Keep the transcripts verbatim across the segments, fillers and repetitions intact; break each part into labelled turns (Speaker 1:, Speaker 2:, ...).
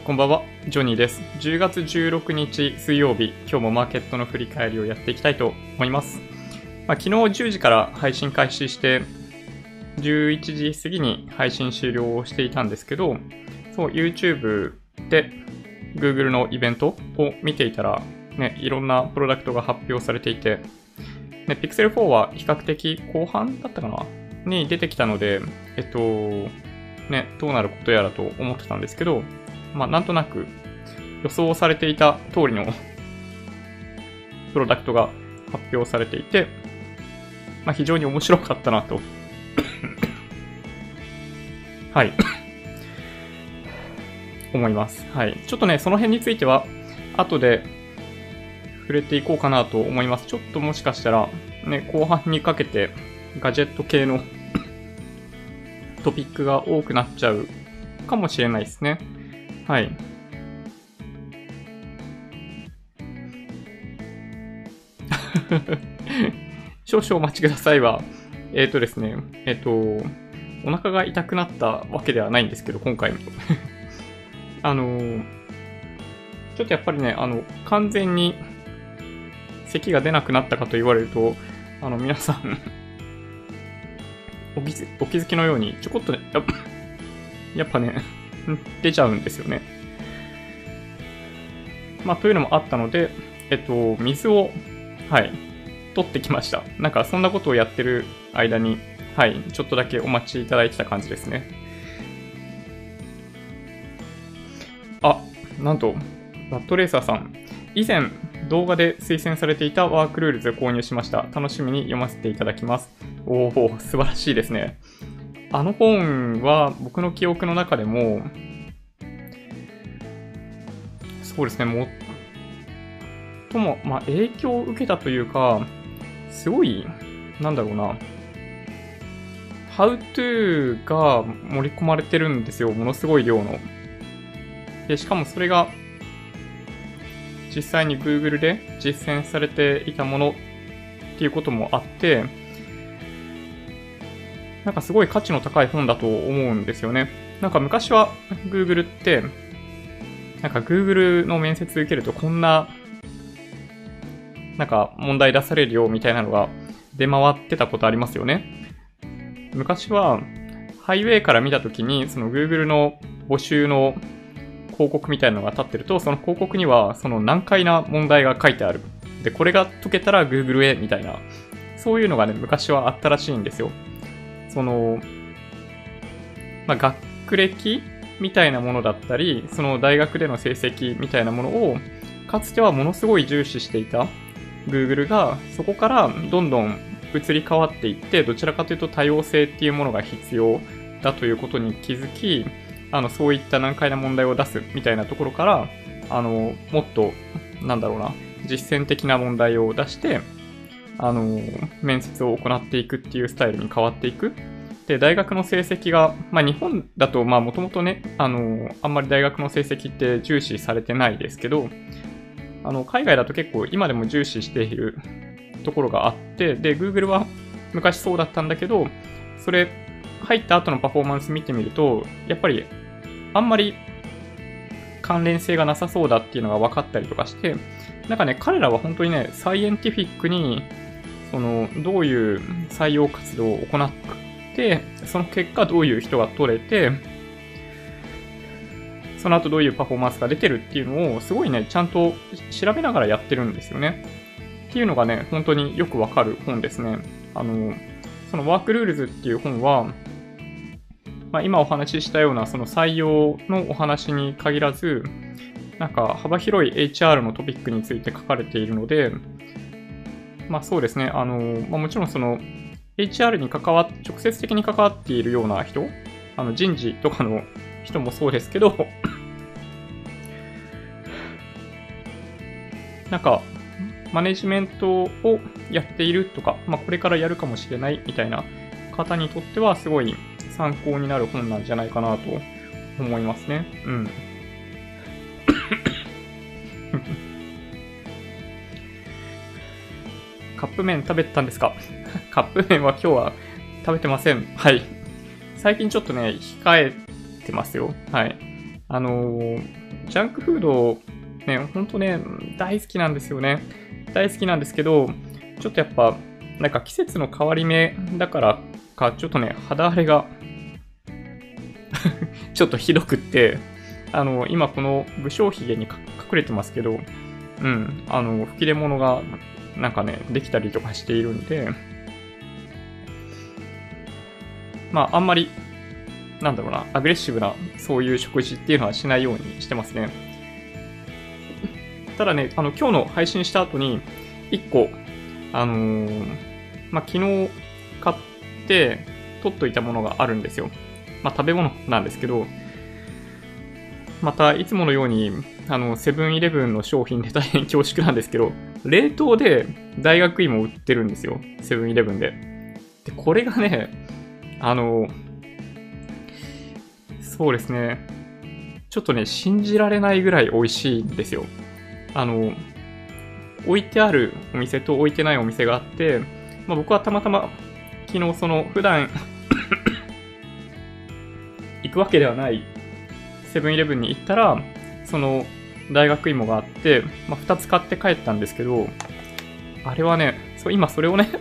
Speaker 1: こんばんは、ジョニーです。じゅうがつじゅうろくにち水曜日、今日もマーケットの振り返りをやっていきたいと思います。まあ、昨日じゅうじから配信開始して、じゅういちじ過ぎに配信終了をしていたんですけど、そう、YouTube で Google のイベントを見ていたら、ね、いろんなプロダクトが発表されていて、ね、Pixel フォーは比較的後半だったかなに出てきたので、えっと、ね、どうなることやらと思ってたんですけど、まあ、なんとなく予想されていた通りのプロダクトが発表されていて、まあ、非常に面白かったなと。はい。思います。はい。ちょっとね、その辺については、後で触れていこうかなと思います。ちょっともしかしたら、ね、後半にかけて、ガジェット系のトピックが多くなっちゃうかもしれないですね。はい。少々お待ちくださいは、えっとですね、えっと、お腹が痛くなったわけではないんですけど、今回も。あの、ちょっとやっぱりね、あの、完全に咳が出なくなったかと言われると、あの、皆さんお気づ、お気づきのように、ちょこっとね、やっぱ、やっぱね、出ちゃうんですよね。まあ、というのもあったので、えっと、水を、はい、取ってきました。なんか、そんなことをやってる間に、はい、ちょっとだけお待ちいただいてた感じですね。あ、なんと、バッドレーサーさん。以前、動画で推薦されていたワークルールズを購入しました。楽しみに読ませていただきます。おお、素晴らしいですね。あの本は僕の記憶の中でも、そうですね、もっとも、まあ、影響を受けたというか、すごい、なんだろうな、How to が盛り込まれてるんですよ、ものすごい量の。で、しかもそれが、実際に Google で実践されていたものっていうこともあって、なんかすごい価値の高い本だと思うんですよね。なんか昔は Google って、なんか Google の面接受けるとこんな、なんか問題出されるよみたいなのが出回ってたことありますよね。昔はハイウェイから見たときに、その Google の募集の広告みたいなのが立ってると、その広告にはその難解な問題が書いてある。で、これが解けたら Google へみたいな、そういうのがね、昔はあったらしいんですよ。その、まあ、学歴みたいなものだったり、その大学での成績みたいなものを、かつてはものすごい重視していた Google が、そこからどんどん移り変わっていって、どちらかというと多様性っていうものが必要だということに気づき、あの、そういった難解な問題を出すみたいなところから、あの、もっと、なんだろうな、実践的な問題を出して、あの、面接を行っていくっていうスタイルに変わっていく。で、大学の成績が、まあ日本だと、まあもともとね、あの、あんまり大学の成績って重視されてないですけど、あの、海外だと結構今でも重視しているところがあって、で、Google は昔そうだったんだけど、それ、入った後のパフォーマンス見てみると、やっぱり、あんまり関連性がなさそうだっていうのが分かったりとかして、なんかね、彼らは本当にね、サイエンティフィックに、その、どういう採用活動を行って、その結果どういう人が取れて、その後どういうパフォーマンスが出てるっていうのを、すごいね、ちゃんと調べながらやってるんですよね。っていうのがね、本当によくわかる本ですね。あの、そのワークルールズっていう本は、まあ、今お話ししたようなその採用のお話に限らず、なんか幅広い エイチアール のトピックについて書かれているので、まあそうですね、あの、まあ、もちろんその エイチアール に関わっ、直接的に関わっているような人、あの人事とかの人もそうですけど、なんか、マネジメントをやっているとか、まあこれからやるかもしれないみたいな方にとってはすごい参考になる本なんじゃないかなと思いますね。うん。カップ麺食べてたんですか？カップ麺は今日は食べてません。はい。最近ちょっとね、控えてますよ。はい。あのー、 ジャンクフード、ね、ほんとね、大好きなんですよね。大好きなんですけど、ちょっとやっぱ、なんか季節の変わり目だからか、ちょっとね、肌荒れがちょっとひどくって、あの、今この武将髭に隠れてますけど、うん、あの、吹き出物が、なんかね、できたりとかしているんで、まあ、あんまり、なんだろうな、アグレッシブな、そういう食事っていうのはしないようにしてますね。ただね、あの、今日の配信した後に、いっこ、あのー、まあ、昨日買って、取っといたものがあるんですよ。まあ、食べ物なんですけど、また、いつものように、あの、セブンイレブンの商品で大変恐縮なんですけど、冷凍で大学芋売ってるんですよ。セブンイレブンで。で、これがね、あの、そうですね、ちょっとね、信じられないぐらい美味しいんですよ。あの、置いてあるお店と置いてないお店があって、まあ、僕はたまたま昨日その普段行くわけではないセブンイレブンに行ったら、その大学芋があって、まあ、ふたつ買って帰ったんですけど、あれはね、そう今それをね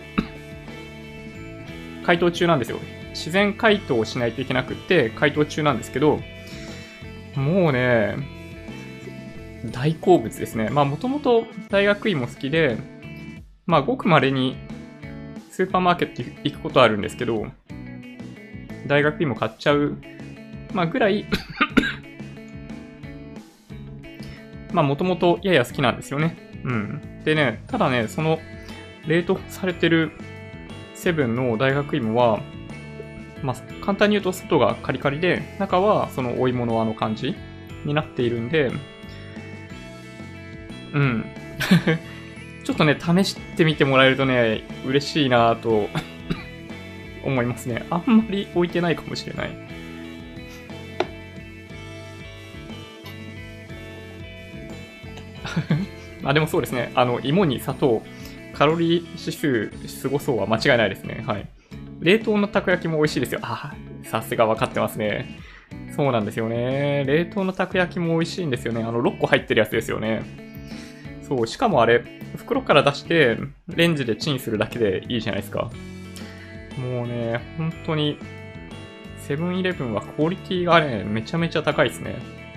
Speaker 1: 解凍中なんですよ。自然解凍をしないといけなくって解凍中なんですけど、もうね、大好物ですね。まあもともと大学芋好きで、まあごく稀にスーパーマーケット行くことあるんですけど、大学芋買っちゃう、まあぐらいまあもともとやや好きなんですよね。うん。でね、ただね、その冷凍されてるセブンの大学芋は、まあ簡単に言うと外がカリカリで、中はそのお芋のあの感じになっているんで、うん。ちょっとね、試してみてもらえるとね、嬉しいなぁと思いますね。あんまり置いてないかもしれない。あ、でもそうですね。あの、芋に砂糖、カロリー指数すごそうは間違いないですね。はい。冷凍のたこ焼きも美味しいですよ。あ、さすが分かってますね。そうなんですよね。冷凍のたこ焼きも美味しいんですよね。あの、ろっこ入ってるやつですよね。そう、しかもあれ、袋から出して、レンジでチンするだけでいいじゃないですか。もうね、本当に、セブンイレブンはクオリティがね、めちゃめちゃ高いですね。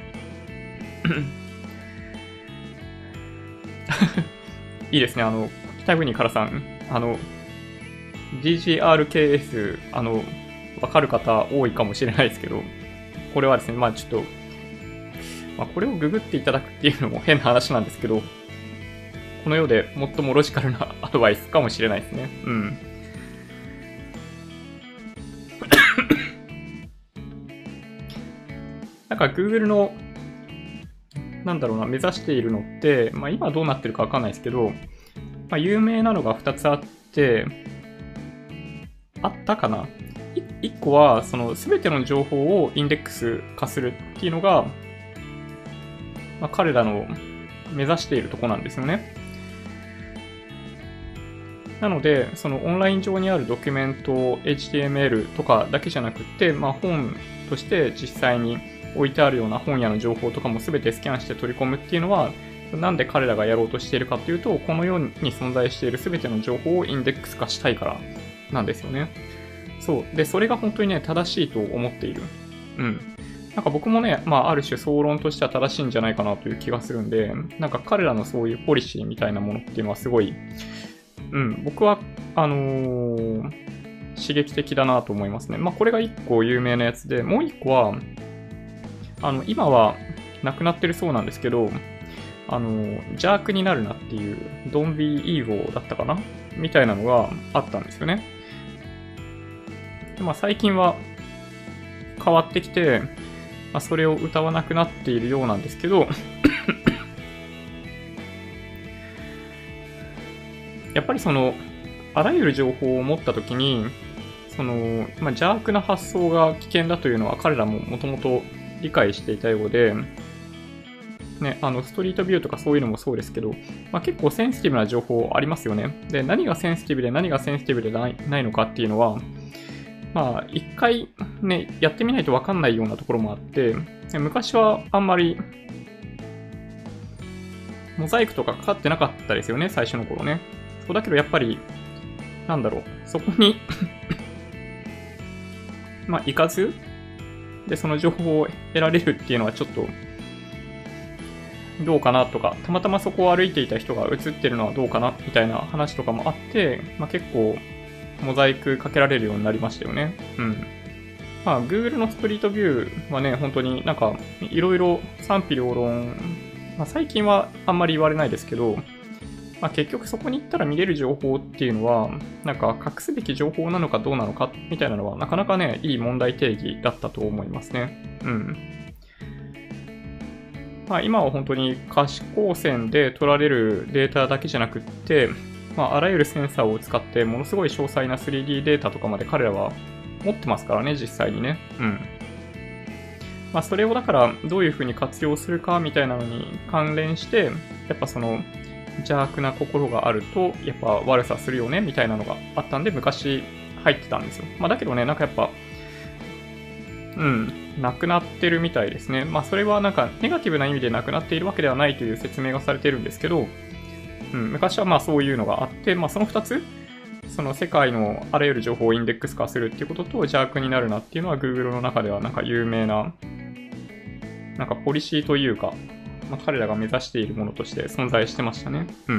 Speaker 1: いいですね、あの、北国からさん、あの、ディージーアールケーエス、あの、わかる方多いかもしれないですけど、これはですね、まあちょっと、まあ、これをググっていただくっていうのも変な話なんですけど、この世で最もロジカルなアドバイスかもしれないですね。うん。なんか Google の、なんだろうな、目指しているのって、まあ今どうなってるかわかんないですけど、まあ有名なのがふたつあって、あったかな ?いっこは、その全ての情報をインデックス化するっていうのが、まあ彼らの目指しているとこなんですよね。なので、そのオンライン上にあるドキュメント、エイチティーエムエル とかだけじゃなくて、まあ、本として実際に置いてあるような本屋の情報とかも全てスキャンして取り込むっていうのは、なんで彼らがやろうとしているかというと、この世に存在している全ての情報をインデックス化したいからなんですよね。そう。で、それが本当にね、正しいと思っている。うん。なんか僕もね、まあ、ある種総論としては正しいんじゃないかなという気がするんで、なんか彼らのそういうポリシーみたいなものっていうのはすごい、うん、僕は、あのー、刺激的だなと思いますね。まあ、これが一個有名なやつで、もう一個は、あの、今はなくなってるそうなんですけど、あのー、邪悪になるなっていう、Don't be evil だったかなみたいなのがあったんですよね。でまあ、最近は変わってきて、まあ、それを歌わなくなっているようなんですけど、やっぱりその、あらゆる情報を持ったときに、その、まあ、邪悪な発想が危険だというのは彼らももともと理解していたようで、ね、あの、ストリートビューとかそういうのもそうですけど、まあ、結構センシティブな情報ありますよね。で、何がセンシティブで何がセンシティブでないないのかっていうのは、まあ、一回ね、やってみないとわかんないようなところもあって、昔はあんまりモザイクとかかかってなかったですよね、最初の頃ね。そうだけどやっぱり、なんだろう、そこにまあ、行かず、で、その情報を得られるっていうのはちょっと、どうかなとか、たまたまそこを歩いていた人が映ってるのはどうかなみたいな話とかもあって、まあ、結構、モザイクかけられるようになりましたよね。うん。まあ、Google のスプリットビューはね、本当になんか、いろいろ賛否両論、まあ、最近はあんまり言われないですけど、まあ、結局そこに行ったら見れる情報っていうのは、なんか隠すべき情報なのかどうなのかみたいなのは、なかなかね、いい問題定義だったと思いますね。うん。まあ、今は本当に可視光線で取られるデータだけじゃなくって、まあ、あらゆるセンサーを使ってものすごい詳細な スリーディー データとかまで彼らは持ってますからね、実際にね。うん。まあ、それをだからどういう風に活用するかみたいなのに関連して、やっぱその邪悪な心があると、やっぱ悪さするよねみたいなのがあったんで、昔入ってたんですよ。まあ、だけどね、なんかやっぱ、うん、なくなってるみたいですね。まあ、それはなんかネガティブな意味でなくなっているわけではないという説明がされてるんですけど、うん、昔はまあそういうのがあって、まあ、そのふたつ、その世界のあらゆる情報をインデックス化するっていうことと邪悪になるなっていうのは Google の中ではなんか有名な、なんかポリシーというか、まあ、彼らが目指しているものとして存在してましたね。うん。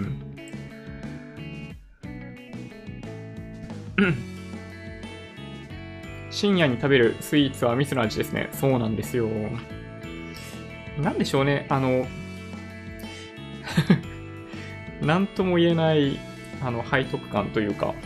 Speaker 1: 深夜に食べるスイーツはミスの味ですね。そうなんですよ。なんでしょうね。あの、なんとも言えない、あの、背徳感というか、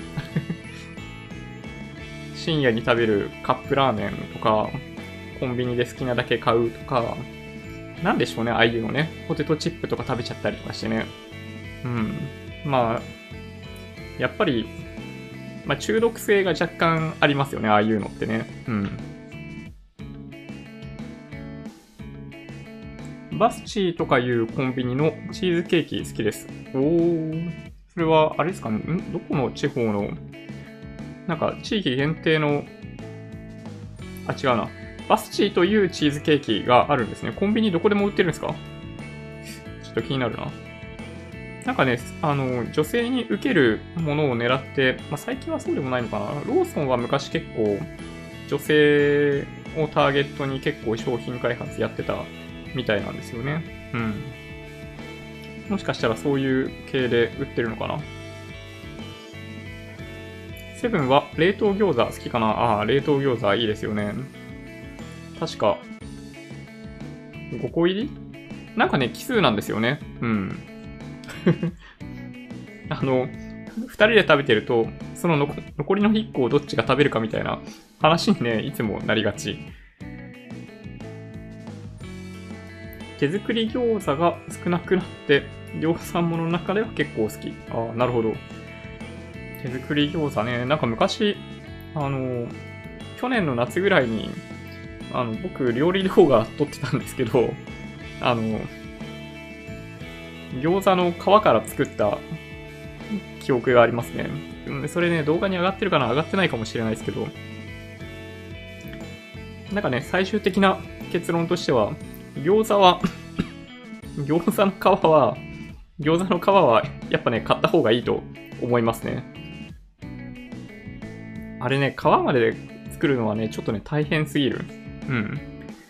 Speaker 1: 深夜に食べるカップラーメンとか、コンビニで好きなだけ買うとか、なんでしょうね、ああいうのね。ポテトチップとか食べちゃったりとかしてね。うん。まあ、やっぱり、まあ、中毒性が若干ありますよね、ああいうのってね。うん。バスチーとかいうコンビニのチーズケーキ好きです。おー。それは、あれですかね、んどこの地方の、なんか地域限定の、あ、違うな。バスチーというチーズケーキがあるんですね。コンビニどこでも売ってるんですか？ちょっと気になるな。なんかね、あの、女性に受けるものを狙って、まあ、最近はそうでもないのかな。ローソンは昔結構、女性をターゲットに結構商品開発やってたみたいなんですよね。うん。もしかしたらそういう系で売ってるのかな。セブンは冷凍餃子好きかな。ああ、冷凍餃子いいですよね。確か、ごこ入りなんかね、奇数なんですよね。うん。あの、二人で食べてると、その残りのいっこをどっちが食べるかみたいな話にね、いつもなりがち。手作り餃子が少なくなって、量産物の中では結構好き。ああ、なるほど。手作り餃子ね、なんか昔、あの、去年の夏ぐらいに、あの、僕、料理動画撮ってたんですけど、あの、餃子の皮から作った記憶がありますね。それね、動画に上がってるかな？上がってないかもしれないですけど、なんかね、最終的な結論としては、餃子は、餃子の皮は、餃子の皮は、やっぱね、買った方がいいと思いますね。あれね、皮まで作るのはね、ちょっとね、大変すぎる。うん。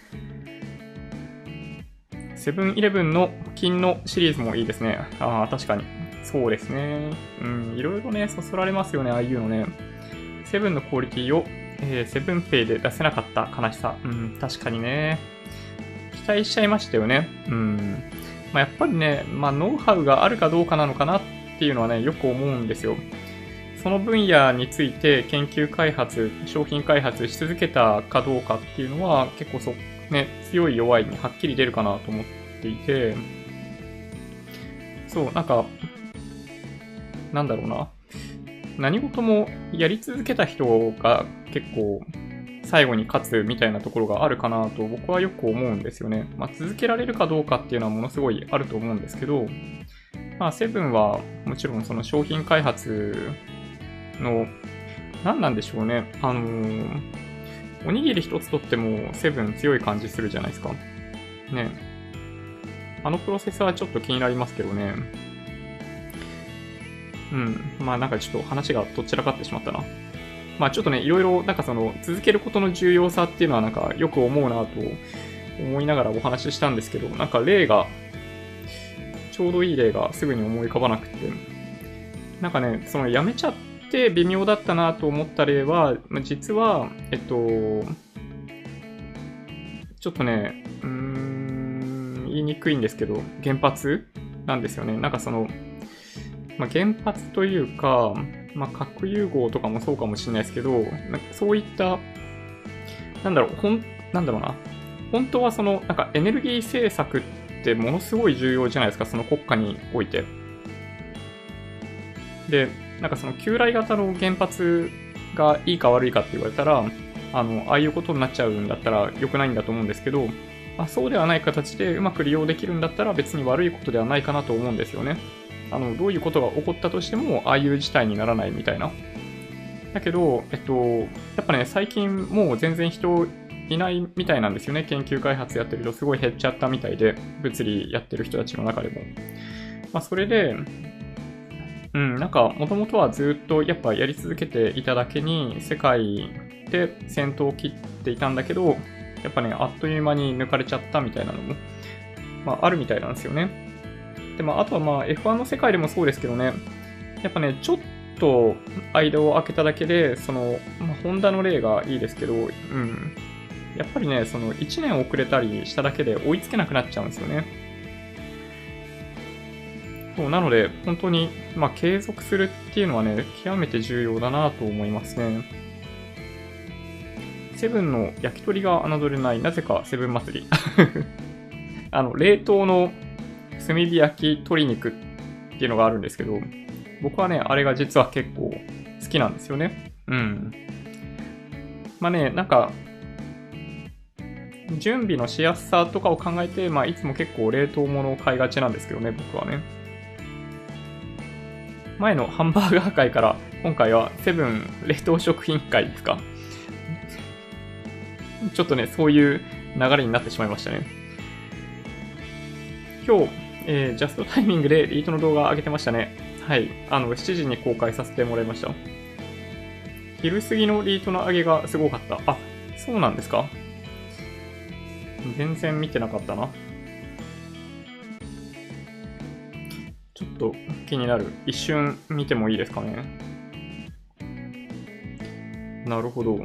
Speaker 1: セブンイレブンの金のシリーズもいいですね。ああ、確かに。そうですね。うん、いろいろね、そそられますよね、ああいうのね。セブンのクオリティを、えー、セブンペイで出せなかった悲しさ。うん、確かにね。期待しちゃいましたよね。うん。まあ、やっぱりね、まあ、ノウハウがあるかどうかなのかなっていうのはね、よく思うんですよ。その分野について研究開発、商品開発し続けたかどうかっていうのは結構そ、ね、強い弱いにはっきり出るかなと思っていて、そう、なんか、なんだろうな。何事もやり続けた人が結構最後に勝つみたいなところがあるかなと僕はよく思うんですよね。まあ、続けられるかどうかっていうのはものすごいあると思うんですけど、まあ、セブンはもちろんその商品開発の、何なんでしょうね。あのー、おにぎり一つとってもセブン強い感じするじゃないですか。ね。 あのプロセスはちょっと気になりますけどね。うん。まあなんかちょっと話がどちらかってしまったな。まあちょっとね、いろいろなんかその続けることの重要さっていうのはなんかよく思うなと思いながらお話ししたんですけど、なんか例が、ちょうどいい例がすぐに思い浮かばなくて、なんかね、そのやめちゃって微妙だったなと思った例は、実は、えっと、ちょっとね、うーん、言いにくいんですけど、原発なんですよね。なんかその、まあ、原発というか、まあ、核融合とかもそうかもしれないですけど、なんかそういった、なんだろう、ほん、なんだろうな。本当はその、なんかエネルギー政策ってものすごい重要じゃないですか、その国家において。で、なんかその旧来型の原発がいいか悪いかって言われたら、あの、ああいうことになっちゃうんだったら良くないんだと思うんですけど、まあ、そうではない形でうまく利用できるんだったら別に悪いことではないかなと思うんですよね。あの、どういうことが起こったとしても、ああいう事態にならないみたいな。だけど、えっと、やっぱね、最近もう全然人いないみたいなんですよね。研究開発やってる人すごい減っちゃったみたいで、物理やってる人たちの中でも。まあ、それで、うん、なんか、もともとはずっとやっぱやり続けていただけに、世界で先頭を切っていたんだけど、やっぱね、あっという間に抜かれちゃったみたいなのも、まあ、あるみたいなんですよね。で、まあ、あとはまあ、エフワン の世界でもそうですけどね、やっぱね、ちょっと間を空けただけで、その、まあ、ホンダの例がいいですけど、うん。やっぱりね、そのいちねん遅れたりしただけで追いつけなくなっちゃうんですよね。そうなので、本当に、まあ、継続するっていうのはね、極めて重要だなと思いますね。セブンの焼き鳥が侮れない、なぜかセブン祭り。あの、冷凍の炭火焼き鶏肉っていうのがあるんですけど、僕はね、あれが実は結構好きなんですよね。うん。まあね、なんか、準備のしやすさとかを考えて、まあ、いつも結構冷凍物を買いがちなんですけどね、僕はね。前のハンバーガー界から、今回はセブン冷凍食品会ですか。ちょっとね、そういう流れになってしまいましたね。今日、えー、ジャストタイミングでリートの動画上げてましたね。はい。あの、しちじに公開させてもらいました。昼過ぎのリートの上げがすごかった。あ、そうなんですか？全然見てなかったな。ちょっと気になる。一瞬見てもいいですかね。なるほど。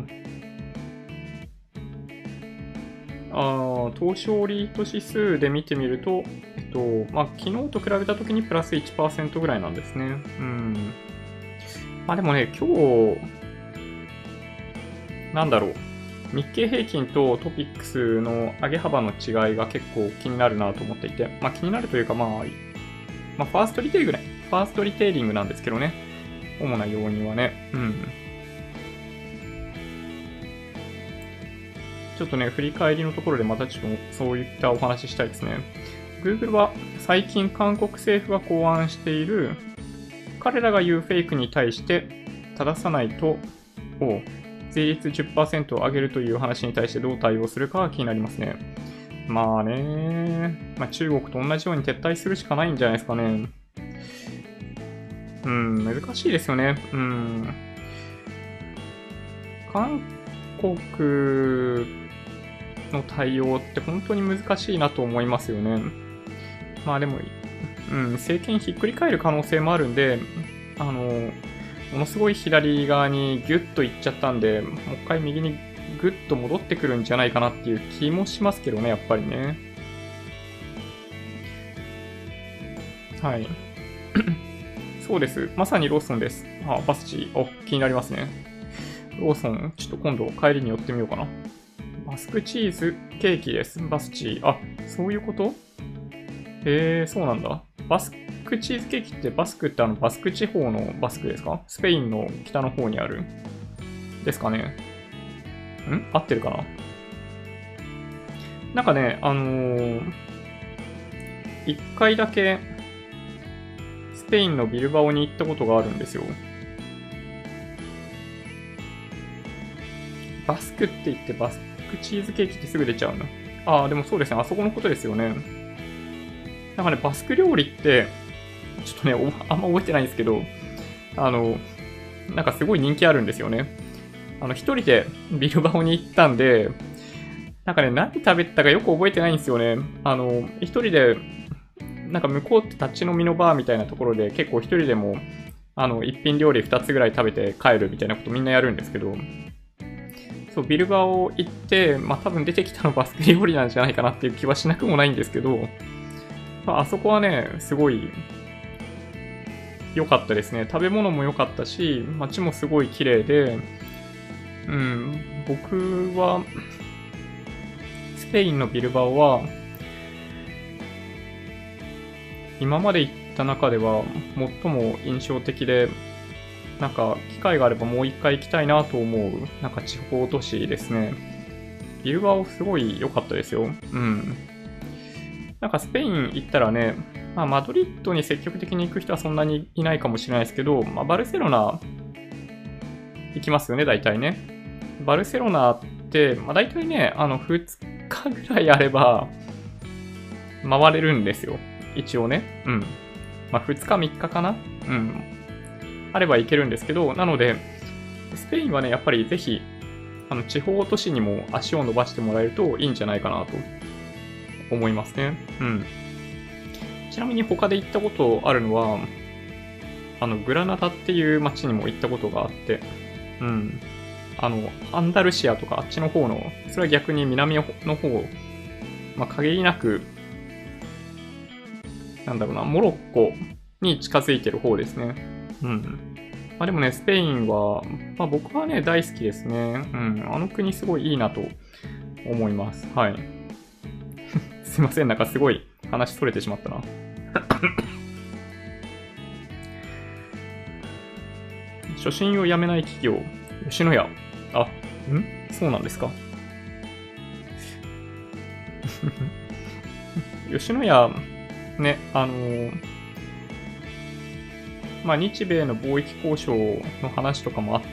Speaker 1: ああ、東証リート指数で見てみると、えっと、まあ、昨日と比べたときにプラス いちパーセント ぐらいなんですね。うん。まあでもね、今日、なんだろう。日経平均とトピックスの上げ幅の違いが結構気になるなと思っていて、まあ気になるというか、まあ、まあ、ファーストリテイリングね。ファーストリテイリングなんですけどね。主な要因はね。うん。ちょっとね、振り返りのところでまたちょっとそういったお話ししたいですね。Google は最近韓国政府が考案している彼らが言うフェイクに対して正さないとを税率 じゅっパーセント を上げるという話に対してどう対応するかが気になりますね。まあね、まあ、中国と同じように撤退するしかないんじゃないですかね。うん、難しいですよね。うん。韓国の対応って本当に難しいなと思いますよね。まあでも、うん、政権ひっくり返る可能性もあるんで、あの、ものすごい左側にギュッといっちゃったんで、もう一回右にグッと戻ってくるんじゃないかなっていう気もしますけどね、やっぱりね。はい。そうです。まさにローソンです。あ、バスチー。お、気になりますね。ローソン、ちょっと今度帰りに寄ってみようかな。バスクチーズケーキです。バスチー。あ、そういうこと？へえ、そうなんだ。バスクチーズケーキってバスクってあのバスク地方のバスクですか？スペインの北の方にあるですかね。ん合ってるかな？なんかね、あのー、一回だけスペインのビルバオに行ったことがあるんですよ。バスクって言ってバスクチーズケーキってすぐ出ちゃうの。ああ、でもそうですね。あそこのことですよね。 なんかね、バスク料理って、ちょっとね、あんま覚えてないんですけど、あの、なんかすごい人気あるんですよね。あの、一人でビルバオに行ったんで、なんかね、何食べたかよく覚えてないんですよね。あの、一人で、なんか向こうって立ち飲みのバーみたいなところで結構一人でも、あの、一品料理二つぐらい食べて帰るみたいなことみんなやるんですけど、そう、ビルバオ行って、まあ多分出てきたのバスク料理なんじゃないかなっていう気はしなくもないんですけど、まあ、あそこはね、すごい良かったですね。食べ物も良かったし、街もすごい綺麗で、うん、僕は、スペインのビルバオは、今まで行った中では最も印象的で、なんか機会があればもう一回行きたいなと思う、なんか地方都市ですね。ビルバオすごい良かったですよ。うん。なんかスペイン行ったらね、まあ、マドリッドに積極的に行く人はそんなにいないかもしれないですけど、まあ、バルセロナ行きますよね、大体ね。バルセロナって、まあ、大体ね、あの、ふつかぐらいあれば、回れるんですよ。一応ね。うん。まあ、ふつかみっかかなうん。あれば行けるんですけど、なので、スペインはね、やっぱりぜひ、あの、地方都市にも足を伸ばしてもらえるといいんじゃないかなと思いますね。うん。ちなみに他で行ったことあるのは、あの、グラナダっていう街にも行ったことがあって、うん。あの、アンダルシアとかあっちの方の、それは逆に南の方、まあ、限りなく、なんだろうな、モロッコに近づいてる方ですね。うん。まあでもね、スペインは、まあ僕はね、大好きですね。うん。あの国すごいいいなと思います。はい。すいません、なんかすごい話それてしまったな。初心をやめない企業、吉野家。あ、んそうなんですか。吉野家、ね、あのー、まあ、日米の貿易交渉の話とかもあって、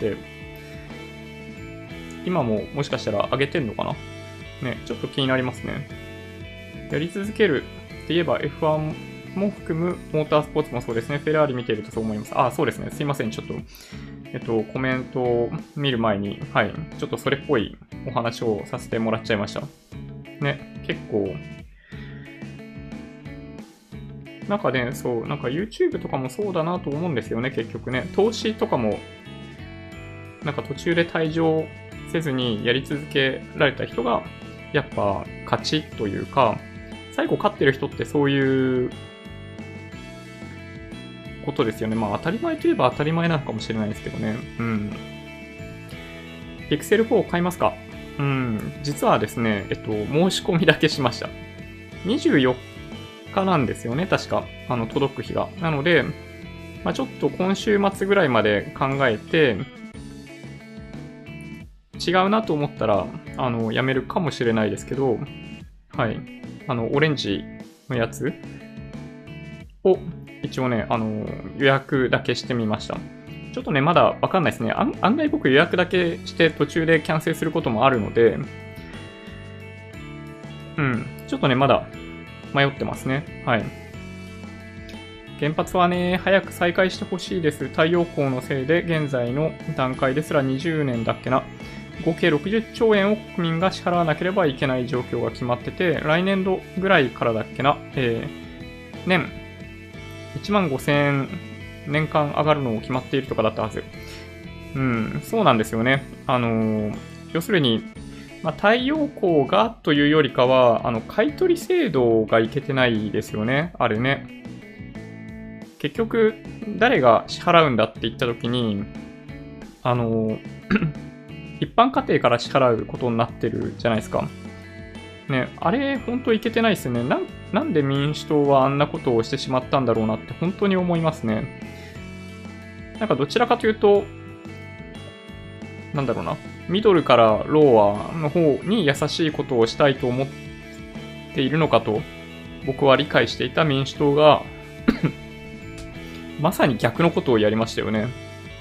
Speaker 1: 今ももしかしたら上げてんのかなね、ちょっと気になりますね。やり続けるって言えば エフワン も含むモータースポーツもそうですね。フェラーリ見てるとそう思います。あ、そうですね。すいません。ちょっと、えっと、コメントを見る前に、はい、ちょっとそれっぽいお話をさせてもらっちゃいました。ね、結構、なんかね、そう、なんか YouTube とかもそうだなと思うんですよね、結局ね。投資とかも、なんか途中で退場せずにやり続けられた人が、やっぱ勝ちというか、最後勝ってる人ってそういうことですよね。まあ当たり前といえば当たり前なのかもしれないですけどね。うん。ピクセルフォー 買いますか？うん。実はですね、えっと、申し込みだけしました。にじゅうよっかなんですよね、確か。あの、届く日が。なので、まあ、ちょっと今週末ぐらいまで考えて、違うなと思ったら、あの、やめるかもしれないですけど、はい。あの、オレンジのやつを、一応ね、あの、予約だけしてみました。ちょっとね、まだわかんないですね。案案外僕予約だけして途中でキャンセルすることもあるので、うん、ちょっとね、まだ迷ってますね。はい。原発はね、早く再開してほしいです。太陽光のせいで現在の段階ですらにじゅうねんだっけな。合計ろくじゅっちょうえんを国民が支払わなければいけない状況が決まってて、来年度ぐらいからだっけな、えー、年いちまんごせんえん年間上がるのを決まっているとかだったはず。うん、そうなんですよね。あのー、要するに、まあ、太陽光がというよりかは、あの、買取制度がいけてないですよね。あれね。結局、誰が支払うんだって言ったときに、あの、一般家庭から支払うことになってるじゃないですか。ね、あれ、本当いけてないですよね。なん、なんで民主党はあんなことをしてしまったんだろうなって本当に思いますね。なんかどちらかというと、なんだろうな。ミドルからローアの方に優しいことをしたいと思っているのかと僕は理解していた民主党がまさに逆のことをやりましたよね。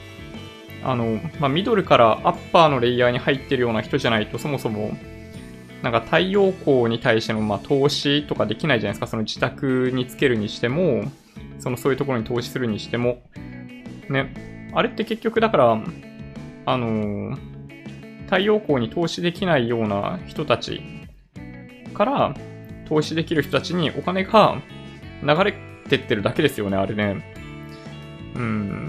Speaker 1: あの、まあ、ミドルからアッパーのレイヤーに入ってるような人じゃないとそもそもなんか太陽光に対してのまあ投資とかできないじゃないですか。その自宅につけるにしても、そのそういうところに投資するにしても。ね。あれって結局だから、あのー、太陽光に投資できないような人たちから投資できる人たちにお金が流れてってるだけですよね、あれね。うん。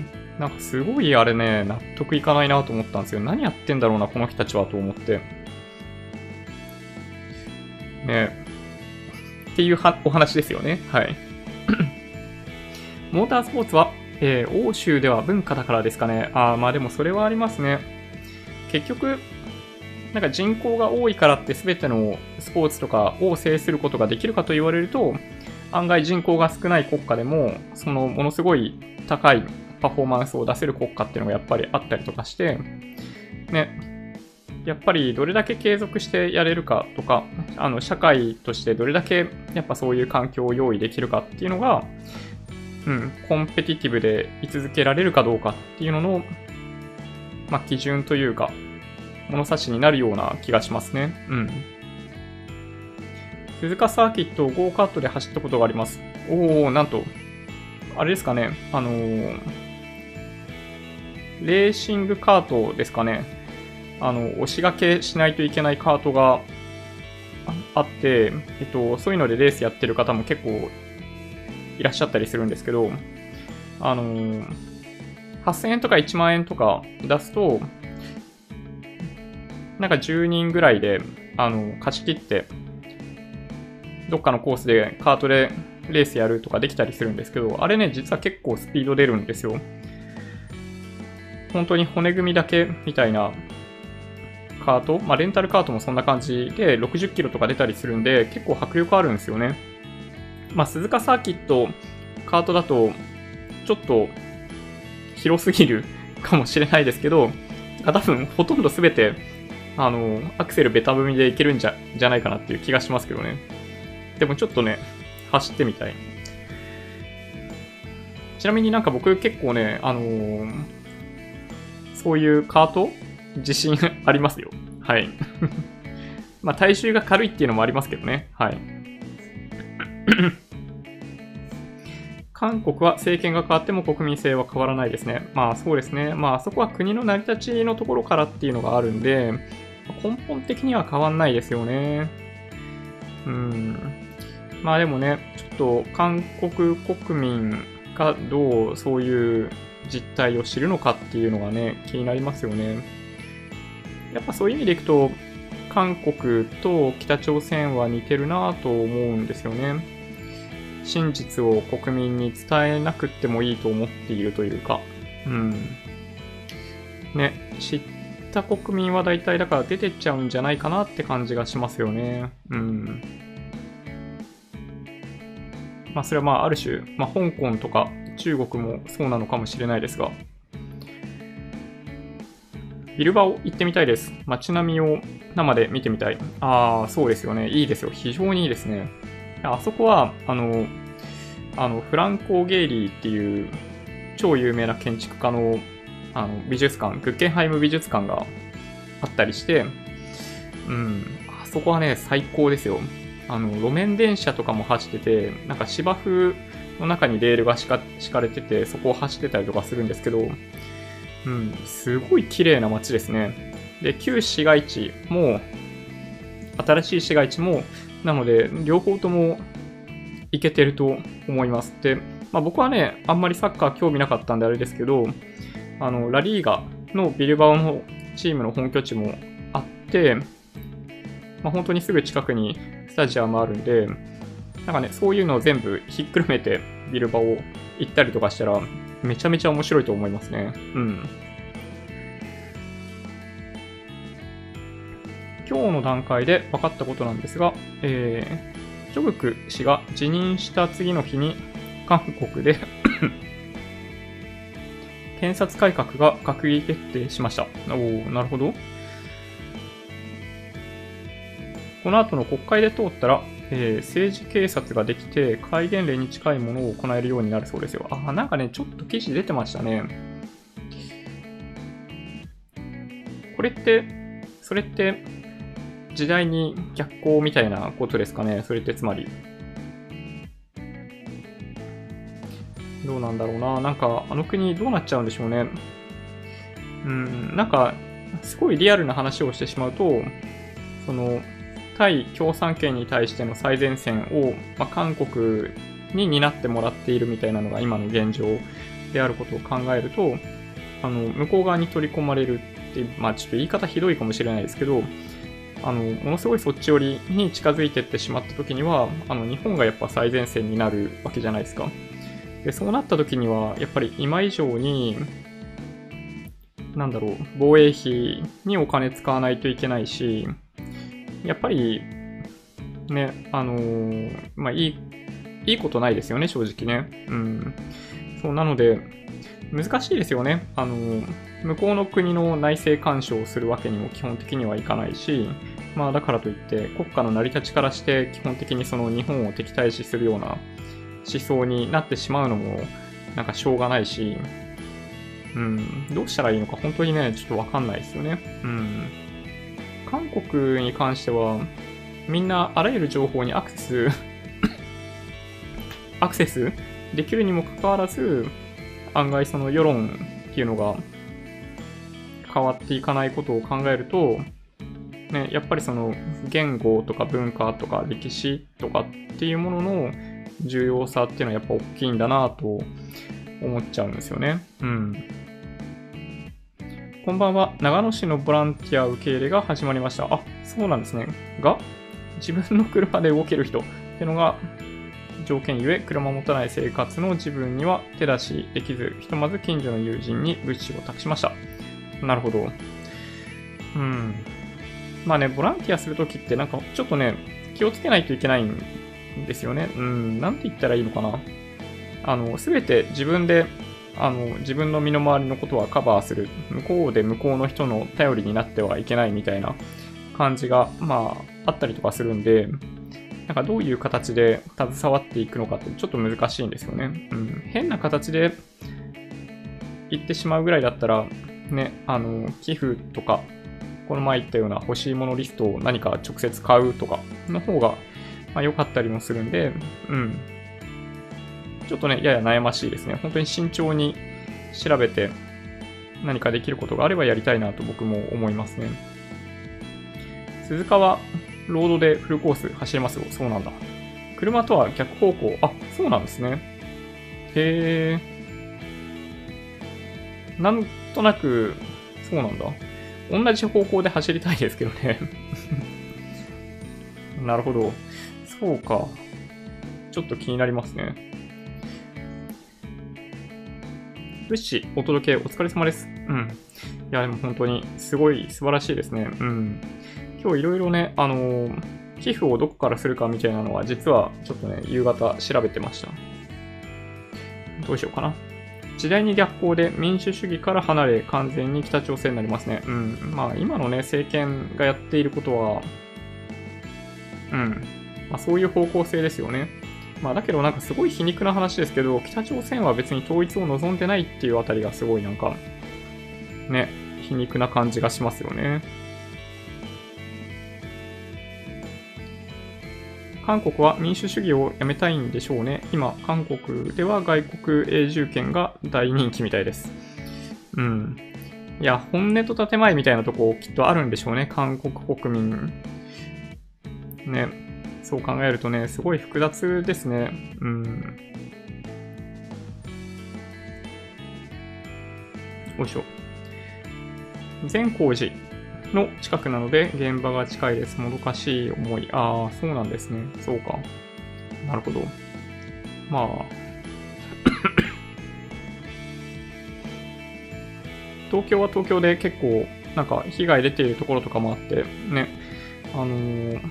Speaker 1: なんかすごいあれね、納得いかないなと思ったんですよ。何やってんだろうな、この人たちはと思って。ね。っていうはお話ですよね。はい。モータースポーツは、えー、欧州では文化だからですかね。ああ、まあでもそれはありますね。結局、なんか人口が多いからって全てのスポーツとかを制することができるかと言われると、案外人口が少ない国家でも、そのものすごい高いパフォーマンスを出せる国家っていうのがやっぱりあったりとかして、ね、やっぱりどれだけ継続してやれるかとか、あの社会としてどれだけやっぱそういう環境を用意できるかっていうのが、うん、コンペティティブで居続けられるかどうかっていうのの、まあ、基準というか、物差しになるような気がしますね。うん。鈴鹿サーキットをゴーカートで走ったことがあります。おー、なんと、あれですかね、あのー、レーシングカートですかね。あの、押しがけしないといけないカートがあって、えっと、そういうのでレースやってる方も結構いらっしゃったりするんですけど、あのー、はっせんえんとかいちまんえんとか出すと、なんかじゅうにんぐらいで、あの、貸し切って、どっかのコースでカートでレースやるとかできたりするんですけど、あれね、実は結構スピード出るんですよ。本当に骨組みだけみたいなカート、まあレンタルカートもそんな感じでろくじゅっキロとか出たりするんで、結構迫力あるんですよね。まあ鈴鹿サーキット、カートだと、ちょっと広すぎるかもしれないですけど、多分ほとんど全て、あの、アクセルベタ踏みでいけるんじゃ、じゃないかなっていう気がしますけどね。でもちょっとね、走ってみたい。ちなみになんか僕結構ね、あのー、そういうカート自信ありますよ。はい。まあ体重が軽いっていうのもありますけどね。はい。韓国は政権が変わっても国民性は変わらないですね。まあそうですね。まあそこは国の成り立ちのところからっていうのがあるんで、根本的には変わんないですよね。うん。まあでもね、ちょっと韓国国民がどうそういう実態を知るのかっていうのがね、気になりますよね。やっぱそういう意味でいくと、韓国と北朝鮮は似てるなぁと思うんですよね。真実を国民に伝えなくってもいいと思っているというか、うん。ね、知った国民は大体だから出てっちゃうんじゃないかなって感じがしますよね。うん。まあそれはまあある種、まあ香港とか中国もそうなのかもしれないですが、ビルバオ行ってみたいです。街並みを生で見てみたい。ああ、そうですよね。いいですよ。非常にいいですね。あそこは、あの、あの、フランコー・ゲイリーっていう超有名な建築家の、あの美術館、グッケンハイム美術館があったりして、うん、あそこはね、最高ですよ。あの、路面電車とかも走ってて、なんか芝生の中にレールが敷か、敷かれてて、そこを走ってたりとかするんですけど、うん、すごい綺麗な街ですね。で、旧市街地も、新しい市街地も、なので、両方ともいけてると思います。で、まあ、僕はね、あんまりサッカー興味なかったんであれですけど、あの、ラリーガのビルバオのチームの本拠地もあって、まあ、本当にすぐ近くにスタジアムあるんで、なんかね、そういうのを全部ひっくるめてビルバオ行ったりとかしたら、めちゃめちゃ面白いと思いますね。うん。今日の段階で分かったことなんですが、えー、ジョグク氏が辞任した次の日に韓国で検察改革が閣議決定しました。おー、なるほど。この後の国会で通ったら、えー、政治警察ができて戒厳令に近いものを行えるようになるそうですよ。あ、なんかね、ちょっと記事出てましたね。これって、それって、 時代に逆行みたいなことですかね。それってつまり。どうなんだろうな。なんか、あの国どうなっちゃうんでしょうね。うん、なんか、すごいリアルな話をしてしまうと、その、対共産権に対しての最前線を、まあ、韓国に担ってもらっているみたいなのが今の現状であることを考えると、あの、向こう側に取り込まれるっていう、まあちょっと言い方ひどいかもしれないですけど、あの、ものすごいそっち寄りに近づいていってしまった時には、あの、日本がやっぱ最前線になるわけじゃないですか。で、そうなった時には、やっぱり今以上に、なんだろう、防衛費にお金使わないといけないし、やっぱり、ね、あのー、まあ、いい、いいことないですよね、正直ね。うん。そう、なので、難しいですよね。あのー、向こうの国の内政干渉をするわけにも基本的にはいかないし、まあ、だからといって、国家の成り立ちからして基本的にその日本を敵対視するような思想になってしまうのも、なんかしょうがないし、うん、どうしたらいいのか本当にね、ちょっとわかんないですよね。うん。韓国に関しては、みんなあらゆる情報にアクセスアクセスできるにもかかわらず、案外その世論っていうのが変わっていかないことを考えると、ね、やっぱりその言語とか文化とか歴史とかっていうものの重要さっていうのはやっぱ大きいんだなと思っちゃうんですよね。うん。こんばんは。長野市のボランティア受け入れが始まりました。あ、そうなんですね。が、自分の車で動ける人ってのが条件ゆえ、車を持たない生活の自分には手出しできず、ひとまず近所の友人に物資を託しました。なるほど。うん。まあね、ボランティアするときってなんかちょっとね、気をつけないといけないんですよね。うん、なんて言ったらいいのかな。あの、すべて自分で、あの、自分の身の回りのことはカバーする。向こうで向こうの人の頼りになってはいけないみたいな感じが、まあ、あったりとかするんで、なんかどういう形で携わっていくのかってちょっと難しいんですよね。うん、変な形で行ってしまうぐらいだったら、ね、あの、寄付とか、この前言ったような欲しいものリストを何か直接買うとかの方が、まあ、良かったりもするんで、うん。ちょっとね、やや悩ましいですね。本当に慎重に調べて何かできることがあればやりたいなと僕も思いますね。鈴鹿はロードでフルコース走れますよ。そうなんだ。車とは逆方向。あ、そうなんですね。へー。なんとなく、そうなんだ。同じ方向で走りたいですけどね。なるほど。そうか。ちょっと気になりますね。物資お届けお疲れ様です。うん。いや、でも本当にすごい素晴らしいですね。うん。今日いろいろね、あのー、寄付をどこからするかみたいなのは実はちょっとね、夕方調べてました。どうしようかな。時代に逆行で民主主義から離れ完全に北朝鮮になりますね。うん。まあ今のね、政権がやっていることは、うん。まあそういう方向性ですよね。まあだけどなんかすごい皮肉な話ですけど、北朝鮮は別に統一を望んでないっていうあたりがすごいなんか、ね、皮肉な感じがしますよね。韓国は民主主義をやめたいんでしょうね。今、韓国では外国永住権が大人気みたいです。うん。いや、本音と建前みたいなとこきっとあるんでしょうね。韓国国民。ね。そう考えるとね、すごい複雑ですね。うん。よいしょ。善光寺の近くなので現場が近いです。もどかしい思い。ああ、そうなんですね。そうか。なるほど。まあ。東京は東京で結構なんか被害出ているところとかもあってね、あのー、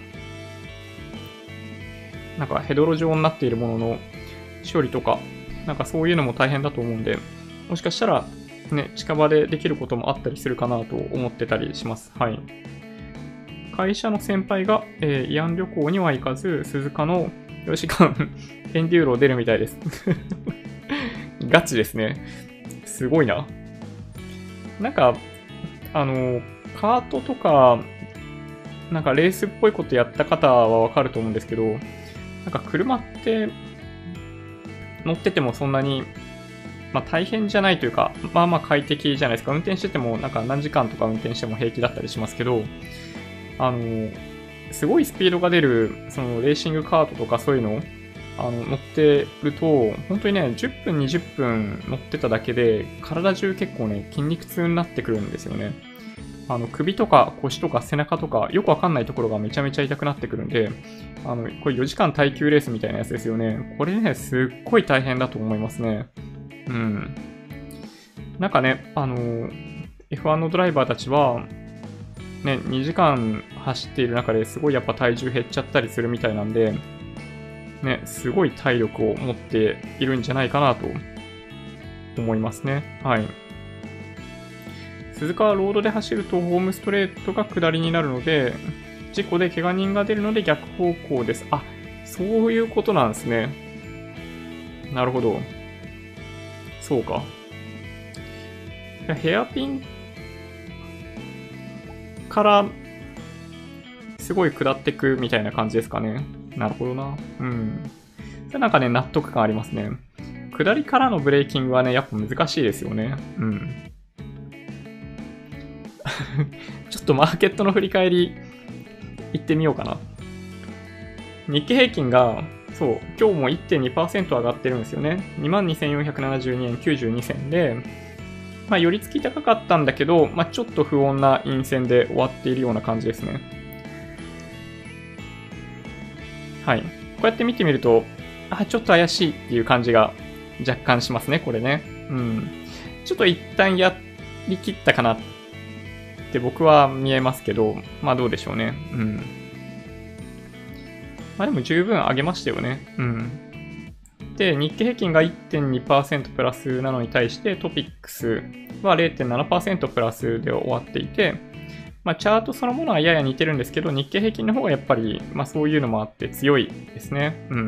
Speaker 1: なんかヘドロ状になっているものの処理とか、なんかそういうのも大変だと思うんで、もしかしたらね、近場でできることもあったりするかなと思ってたりします。はい。会社の先輩が、えー、慰安旅行には行かず、鈴鹿のよじかんエンデューロ出るみたいです。ガチですね。すごいな。なんか、あの、カートとかなんかレースっぽいことやった方はわかると思うんですけど、なんか車って乗っててもそんなに、まあ大変じゃないというか、まあまあ快適じゃないですか。運転しててもなんか何時間とか運転しても平気だったりしますけど、あの、すごいスピードが出る、そのレーシングカートとかそういうの、あの、乗ってると、本当にね、じゅっぷん、にじゅっぷん乗ってただけで、体中結構ね、筋肉痛になってくるんですよね。あの、首とか腰とか背中とか、よくわかんないところがめちゃめちゃ痛くなってくるんで、あの、これよじかん耐久レースみたいなやつですよね。これね、すっごい大変だと思いますね。うん。なんかね、あの、エフワン のドライバーたちは、ね、にじかん走っている中ですごいやっぱ体重減っちゃったりするみたいなんで、ね、すごい体力を持っているんじゃないかなと思いますね。はい。鈴鹿はロードで走るとホームストレートが下りになるので、事故で怪我人が出るので逆方向です。あ、そういうことなんですね。なるほど。そうか。ヘアピンからすごい下ってくみたいな感じですかね。なるほどな。うん。なんかね、納得感ありますね。下りからのブレーキングはね、やっぱ難しいですよね。うん。ちょっとマーケットの振り返り行ってみようかな。日経平均が、そう、今日も いってんにパーセント 上がってるんですよね。にまんにせんよんひゃくななじゅうにえんきゅうじゅうにせんで、まあ、寄り付き高かったんだけど、まあ、ちょっと不穏な陰線で終わっているような感じですね。はい。こうやって見てみると、あ、ちょっと怪しいっていう感じが若干しますね、これね。うん。ちょっと一旦やりきったかなって僕は見えますけど、まあどうでしょうね。うん。まあでも十分上げましたよね。うん。で、日経平均が いってんにパーセント プラスなのに対して、トピックスは れいてんななパーセント プラスで終わっていて、まあ、チャートそのものはやや似てるんですけど、日経平均の方がやっぱり、まあそういうのもあって強いですね。うん。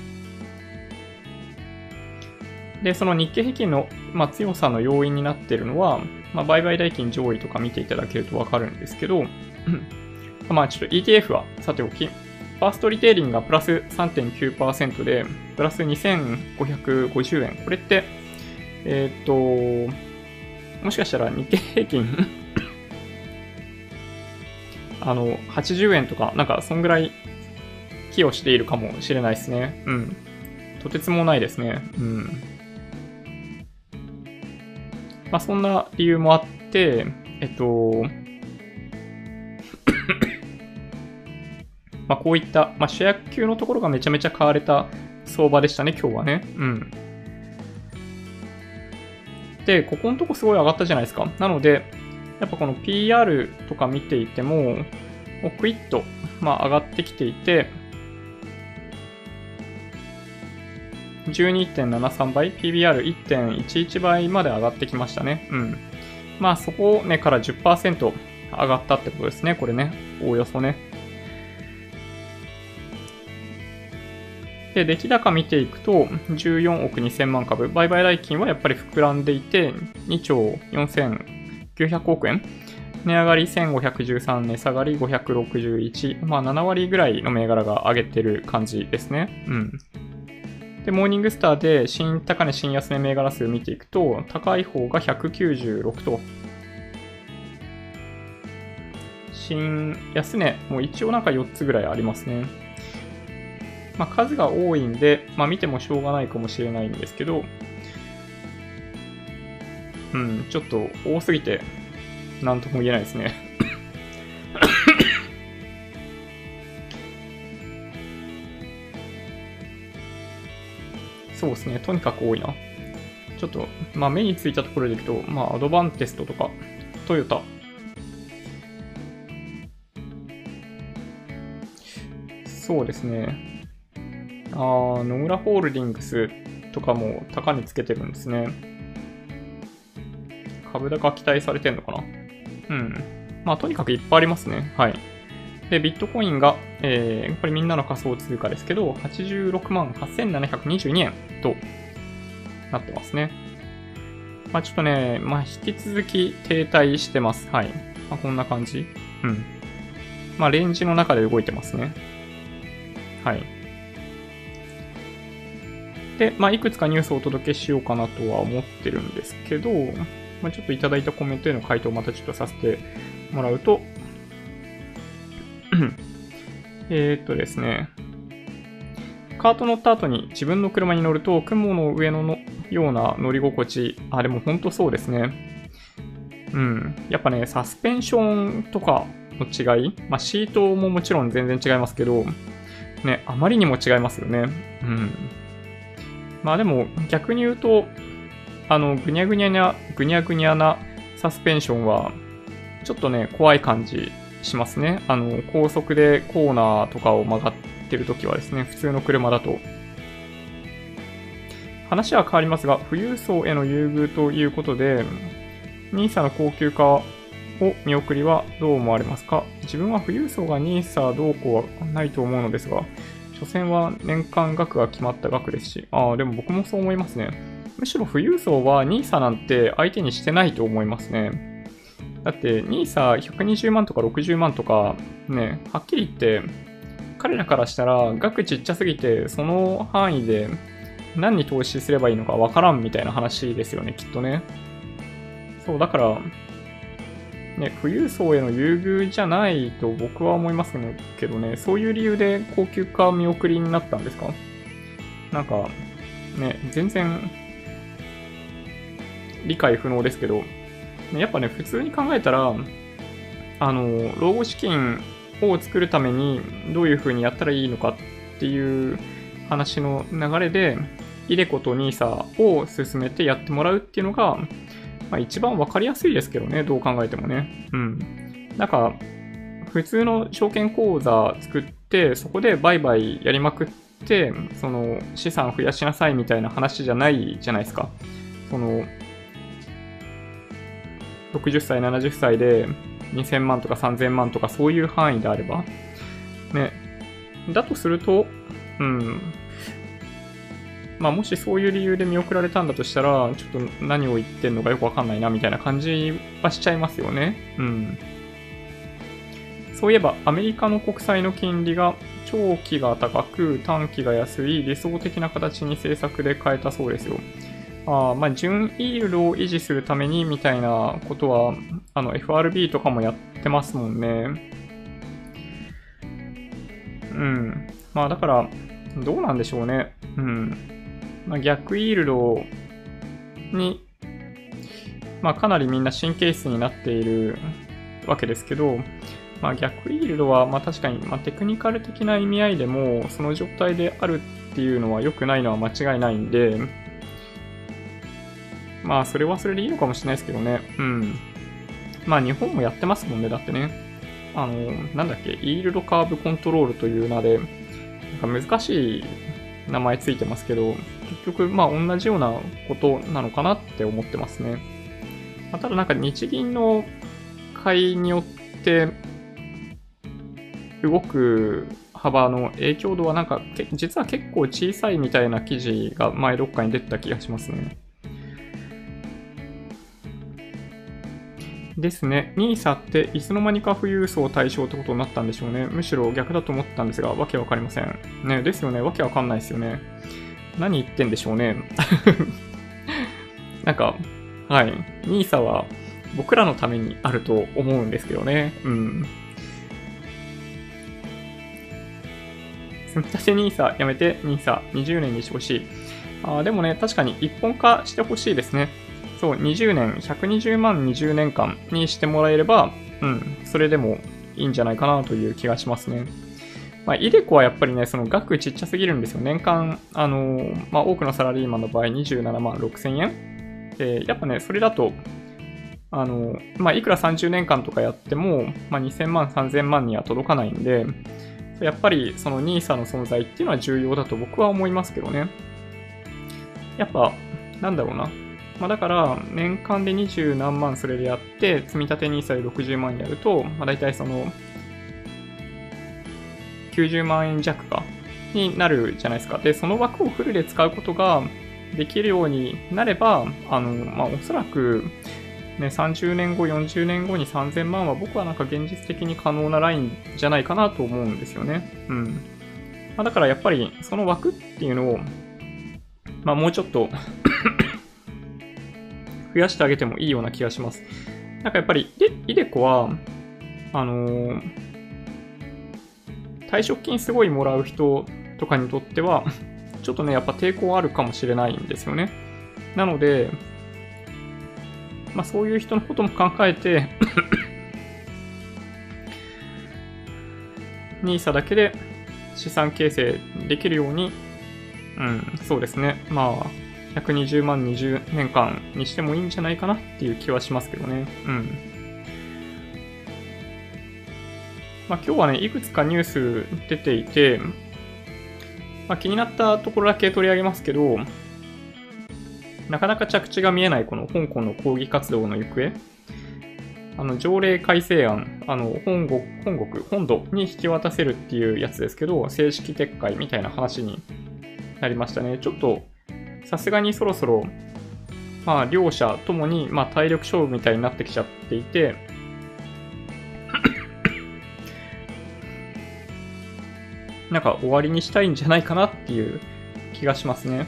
Speaker 1: で、その日経平均の、まあ、強さの要因になっているのは、まあ、売買代金上位とか見ていただけるとわかるんですけど、まあちょっと イーティーエフ はさておき、ファーストリテイリングがプラス さんてんきゅうパーセント で、プラスにせんごひゃくごじゅうえん。これって、えー、っと、もしかしたら日経平均あの、はちじゅうえんとか、なんか、そんぐらい寄与しているかもしれないですね。うん。とてつもないですね。うん。まあ、そんな理由もあって、えっと、まあ、こういった、まあ、主役級のところがめちゃめちゃ買われた相場でしたね、今日はね。うん。で、ここのとこすごい上がったじゃないですか。なので、やっぱこの ピーアール とか見ていても、クイッと、まあ、上がってきていて、じゅうにてんななさん 倍、ピービーアールいってんいちいち 倍まで上がってきましたね。うん。まあそこねから じゅっパーセント 上がったってことですね。これね。おおよそね。で、出来高見ていくと、じゅうよんおくにせんまん株、売買代金はやっぱり膨らんでいて、にちょうよんせんきゅうひゃくおくえん。値上がりせんごひゃくじゅうさん、値下がりごひゃくろくじゅういち。まあななわりぐらいの銘柄が上げてる感じですね。うん。で、モーニングスターで新高値新安値銘柄数見ていくと、高い方がひゃくきゅうじゅうろくと、新安値も一応なんかよっつぐらいありますね。まあ数が多いんで、まあ見てもしょうがないかもしれないんですけど、うん、ちょっと多すぎて、なんとも言えないですね。そうですね、とにかく多いな。ちょっと、まあ目についたところでいくと、まあアドバンテストとか、トヨタ。そうですね。あー、野村ホールディングスとかも高値つけてるんですね。株高期待されてんのかな。うん。まあとにかくいっぱいありますね。はい。で、ビットコインが、えー、これみんなの仮想通貨ですけど、はちじゅうろくまんはっせんななひゃくにじゅうにえんとなってますね。まあちょっとね、まあ引き続き停滞してます。はい。まあこんな感じ。うん。 まあ、レンジの中で動いてますね。はい。で、まあ、いくつかニュースをお届けしようかなとは思ってるんですけど、まあ、ちょっといただいたコメントへの回答をまたちょっとさせてもらうと、えーっとですね、カート乗った後に自分の車に乗ると雲の上のような乗り心地、あ、でも本当そうですね。うん。やっぱね、サスペンションとかの違い、まあ、シートももちろん全然違いますけど、ね、あまりにも違いますよね。うん。まあでも逆に言うと、あの、ぐにゃぐにゃな、ぐにゃぐにゃなサスペンションは、ちょっとね、怖い感じしますね。あの、高速でコーナーとかを曲がってるときはですね、普通の車だと。話は変わりますが、富裕層への優遇ということで、ニーサ の高級化を見送りはどう思われますか？自分は富裕層がニーサどうこうはないと思うのですが、所詮は年間額が決まった額ですし、ああ、でも僕もそう思いますね。むしろ富裕層はニーサなんて相手にしてないと思いますね。だってニーサひゃくにじゅうまんとかろくじゅうまんとか、ね、はっきり言って、彼らからしたら額ちっちゃすぎて、その範囲で何に投資すればいいのかわからんみたいな話ですよね、きっとね。そう、だから、ね、富裕層への優遇じゃないと僕は思いますけどね、そういう理由で高級化見送りになったんですか？なんか、ね、全然理解不能ですけど、やっぱね、普通に考えたら、あの、老後資金を作るためにどういう風にやったらいいのかっていう話の流れで、イデコとニーサを進めてやってもらうっていうのが、まあ、一番わかりやすいですけどね、どう考えてもね。うん。なんか、普通の証券口座作って、そこで売買やりまくって、その資産増やしなさいみたいな話じゃないじゃないですか。その、ろくじゅっさい、ななじゅっさいでにせんまんとかさんぜんまんとかそういう範囲であれば。ね。だとすると、うん。まあもしそういう理由で見送られたんだとしたら、ちょっと何を言ってんのかよくわかんないなみたいな感じはしちゃいますよね。うん。そういえばアメリカの国債の金利が長期が高く短期が安い理想的な形に政策で変えたそうですよ。あまあ、純イールドを維持するためにみたいなことは、あの エフアールビー とかもやってますもんね。うん。まあだから、どうなんでしょうね。うん。まあ、逆イールドに、まあかなりみんな神経質になっているわけですけど、まあ逆イールドは、まあ確かに、まあテクニカル的な意味合いでも、その状態であるっていうのは良くないのは間違いないんで、まあ、それはそれでいいのかもしれないですけどね。うん。まあ、日本もやってますもんね。だってね。あの、なんだっけ、イールドカーブコントロールという名で、なんか難しい名前ついてますけど、結局、まあ、同じようなことなのかなって思ってますね。まあ、ただ、なんか日銀の買いによって、動く幅の影響度はなんか、実は結構小さいみたいな記事が前どっかに出てた気がしますね。ですね。ニーサ っていつの間にか富裕層対象ってことになったんでしょうね。むしろ逆だと思ったんですが、わけわかりません。ね、ですよね。わけわかんないですよね。何言ってんでしょうね。なんか、はい。ニーサ は僕らのためにあると思うんですけどね。うん。積み立て ニーサ やめて ニーサにじゅうねんにしてほしい。あでもね、確かに一本化してほしいですね。そう、にじゅうねん、ひゃくにじゅうまんにじゅうねんかんにしてもらえれば、うん、それでもいいんじゃないかなという気がしますね。まあ、イデコはやっぱりね、その額ちっちゃすぎるんですよ。年間、あのー、まあ、多くのサラリーマンの場合にじゅうななまんろくせんえん。で、やっぱね、それだと、あのー、まあ、いくらさんじゅうねんかんとかやっても、まあ、にせんまん、さんぜんまんには届かないんで、やっぱりその ニーサ の存在っていうのは重要だと僕は思いますけどね。やっぱ、なんだろうな。まあ、だから、年間でにじゅうなんまんそれでやって、積み立て ニーサ でろくじゅうまんやると、まあ、大体その、きゅうじゅうまんえん弱か、になるじゃないですか。で、その枠をフルで使うことができるようになれば、あの、まあ、おそらく、 ね、さんじゅうねんご、よんじゅうねんごにさんぜんまんは僕はなんか現実的に可能なラインじゃないかなと思うんですよね。うん。まあ、だからやっぱりその枠っていうのを、まあもうちょっと増やしてあげてもいいような気がします。なんかやっぱりイデコは、あのー、退職金すごいもらう人とかにとっては、ちょっとね、やっぱ抵抗あるかもしれないんですよね。なので、まあそういう人のことも考えて、ニーサ だけで資産形成できるように、うん、そうですね。まあ、ひゃくにじゅうまんにじゅうねんかんにしてもいいんじゃないかなっていう気はしますけどね。うん。まあ今日はね、いくつかニュース出ていて、まあ気になったところだけ取り上げますけど、なかなか着地が見えないこの香港の抗議活動の行方。あの、条例改正案、あの、本国、本国、本土に引き渡せるっていうやつですけど、正式撤回みたいな話になりましたね。ちょっと、さすがにそろそろ、まあ、両者ともに、まあ、体力勝負みたいになってきちゃっていて、なんか終わりにしたいんじゃないかなっていう気がしますね。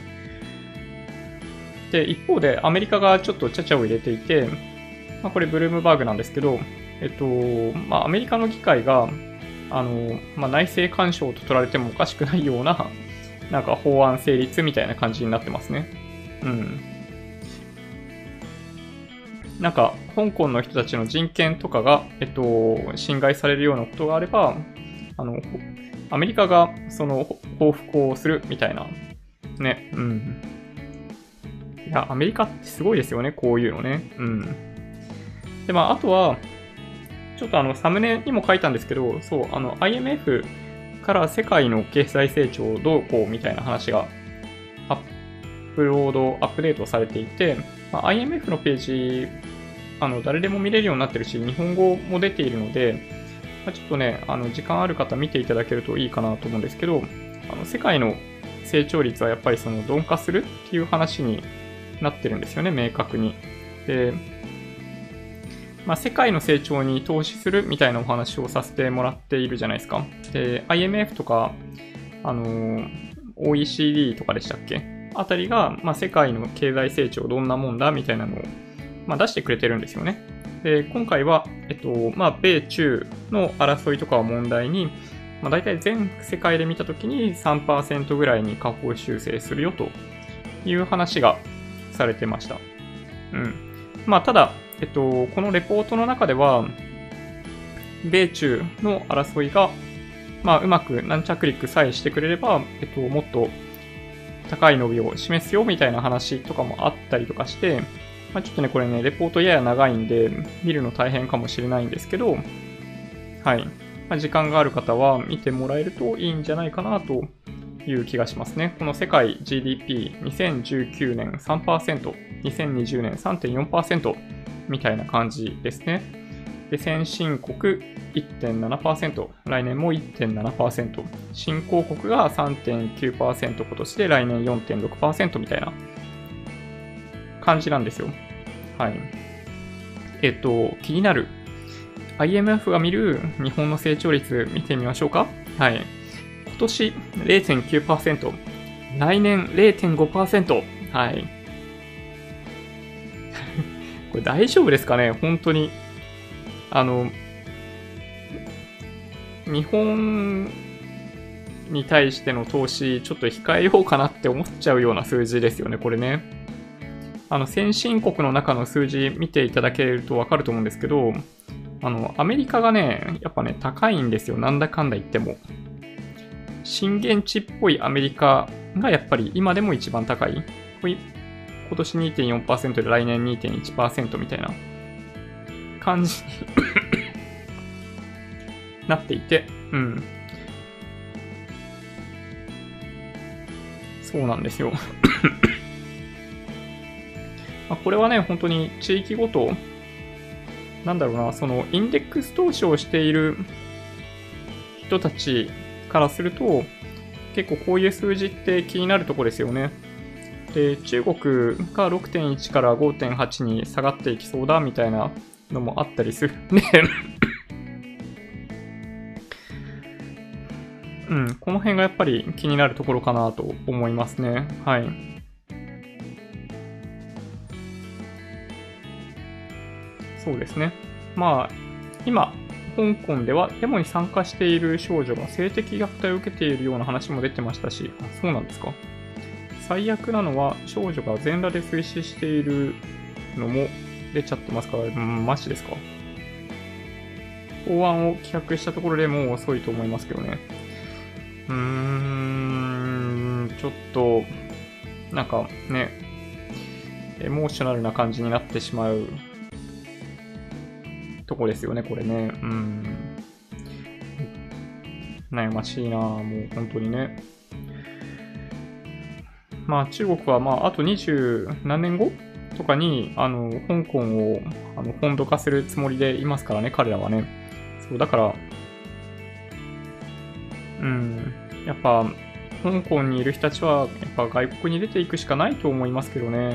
Speaker 1: で、一方でアメリカがちょっとちゃちゃを入れていて、まあ、これブルームバーグなんですけど、えっと、まあ、アメリカの議会が、あの、まあ、内政干渉と取られてもおかしくないような、なんか法案成立みたいな感じになってますね。うん。なんか、香港の人たちの人権とかが、えっと、侵害されるようなことがあれば、あの、アメリカがその報復をするみたいな、ね、うん。いや、アメリカってすごいですよね、こういうのね。うん。で、まあ、あとは、ちょっとあの、サムネにも書いたんですけど、そう、あの、アイエムエフ から世界の経済成長どうこうみたいな話がアップロード、アップデートされていて、まあ、アイエムエフ のページ、あの、誰でも見れるようになってるし、日本語も出ているので、まあ、ちょっとね、あの、時間ある方見ていただけるといいかなと思うんですけど、あの、世界の成長率はやっぱりその鈍化するっていう話になってるんですよね、明確に。で、まあ、世界の成長に投資するみたいなお話をさせてもらっているじゃないですか。で、アイエムエフ とか、あのー、オーイーシーディー とかでしたっけあたりが、まあ、世界の経済成長どんなもんだみたいなのを、まあ、出してくれてるんですよね。で、今回は、えっと、まあ、米中の争いとかを問題に、まあ、大体全世界で見たときに さんパーセント ぐらいに下方修正するよという話がされてました。うん。まあ、ただ、えっと、このレポートの中では、米中の争いが、まあ、うまく軟着陸さえしてくれれば、えっと、もっと高い伸びを示すよみたいな話とかもあったりとかして、まあ、ちょっとね、これね、レポートやや長いんで、見るの大変かもしれないんですけど、はい。まあ、時間がある方は見てもらえるといいんじゃないかなという気がしますね。この世界 ジーディーピーにせんじゅうきゅうねん さんパーセント、にせんにじゅうねん さんてんよんパーセント、みたいな感じですね。で、先進国 いってんななパーセント、来年も いってんななパーセント、新興国が さんてんきゅうパーセント 今年で来年 よんてんろくパーセント みたいな感じなんですよ。はい。えっと、気になる アイエムエフ が見る日本の成長率見てみましょうか。はい。今年 れいてんきゅうパーセント、来年 れいてんごパーセント。はい。これ大丈夫ですかね本当に。あの、日本に対しての投資ちょっと控えようかなって思っちゃうような数字ですよね、これね。あの、先進国の中の数字見ていただけるとわかると思うんですけど、あの、アメリカがね、やっぱね、高いんですよ。なんだかんだ言っても。震源地っぽいアメリカがやっぱり今でも一番高い。今年 にてんよんパーセント で来年 にてんいちパーセント みたいな感じになっていて、うん。そうなんですよ。まあこれはね、本当に地域ごと、なんだろうな、そのインデックス投資をしている人たちからすると、結構こういう数字って気になるところですよね。 で、中国が ろくてんいち から ごてんはち に下がっていきそうだみたいなのもあったりする。で、うん、この辺がやっぱり気になるところかなと思いますね。はい。そうですね。まあ、今、香港ではデモに参加している少女が性的虐待を受けているような話も出てましたし、あ、そうなんですか。最悪なのは少女が全裸で推進しているのも出ちゃってますから、うん、マジですか。法案を棄却したところでもう遅いと思いますけどね。うーん、ちょっと、なんかね、エモーショナルな感じになってしまうとこですよね、これね。うん。悩ましいなもう本当にね。まあ中国はまああと二十何年後とかに、あの、香港をあの本土化するつもりでいますからね、彼らはね。そう、だから、うん、やっぱ、香港にいる人たちは、やっぱ外国に出ていくしかないと思いますけどね。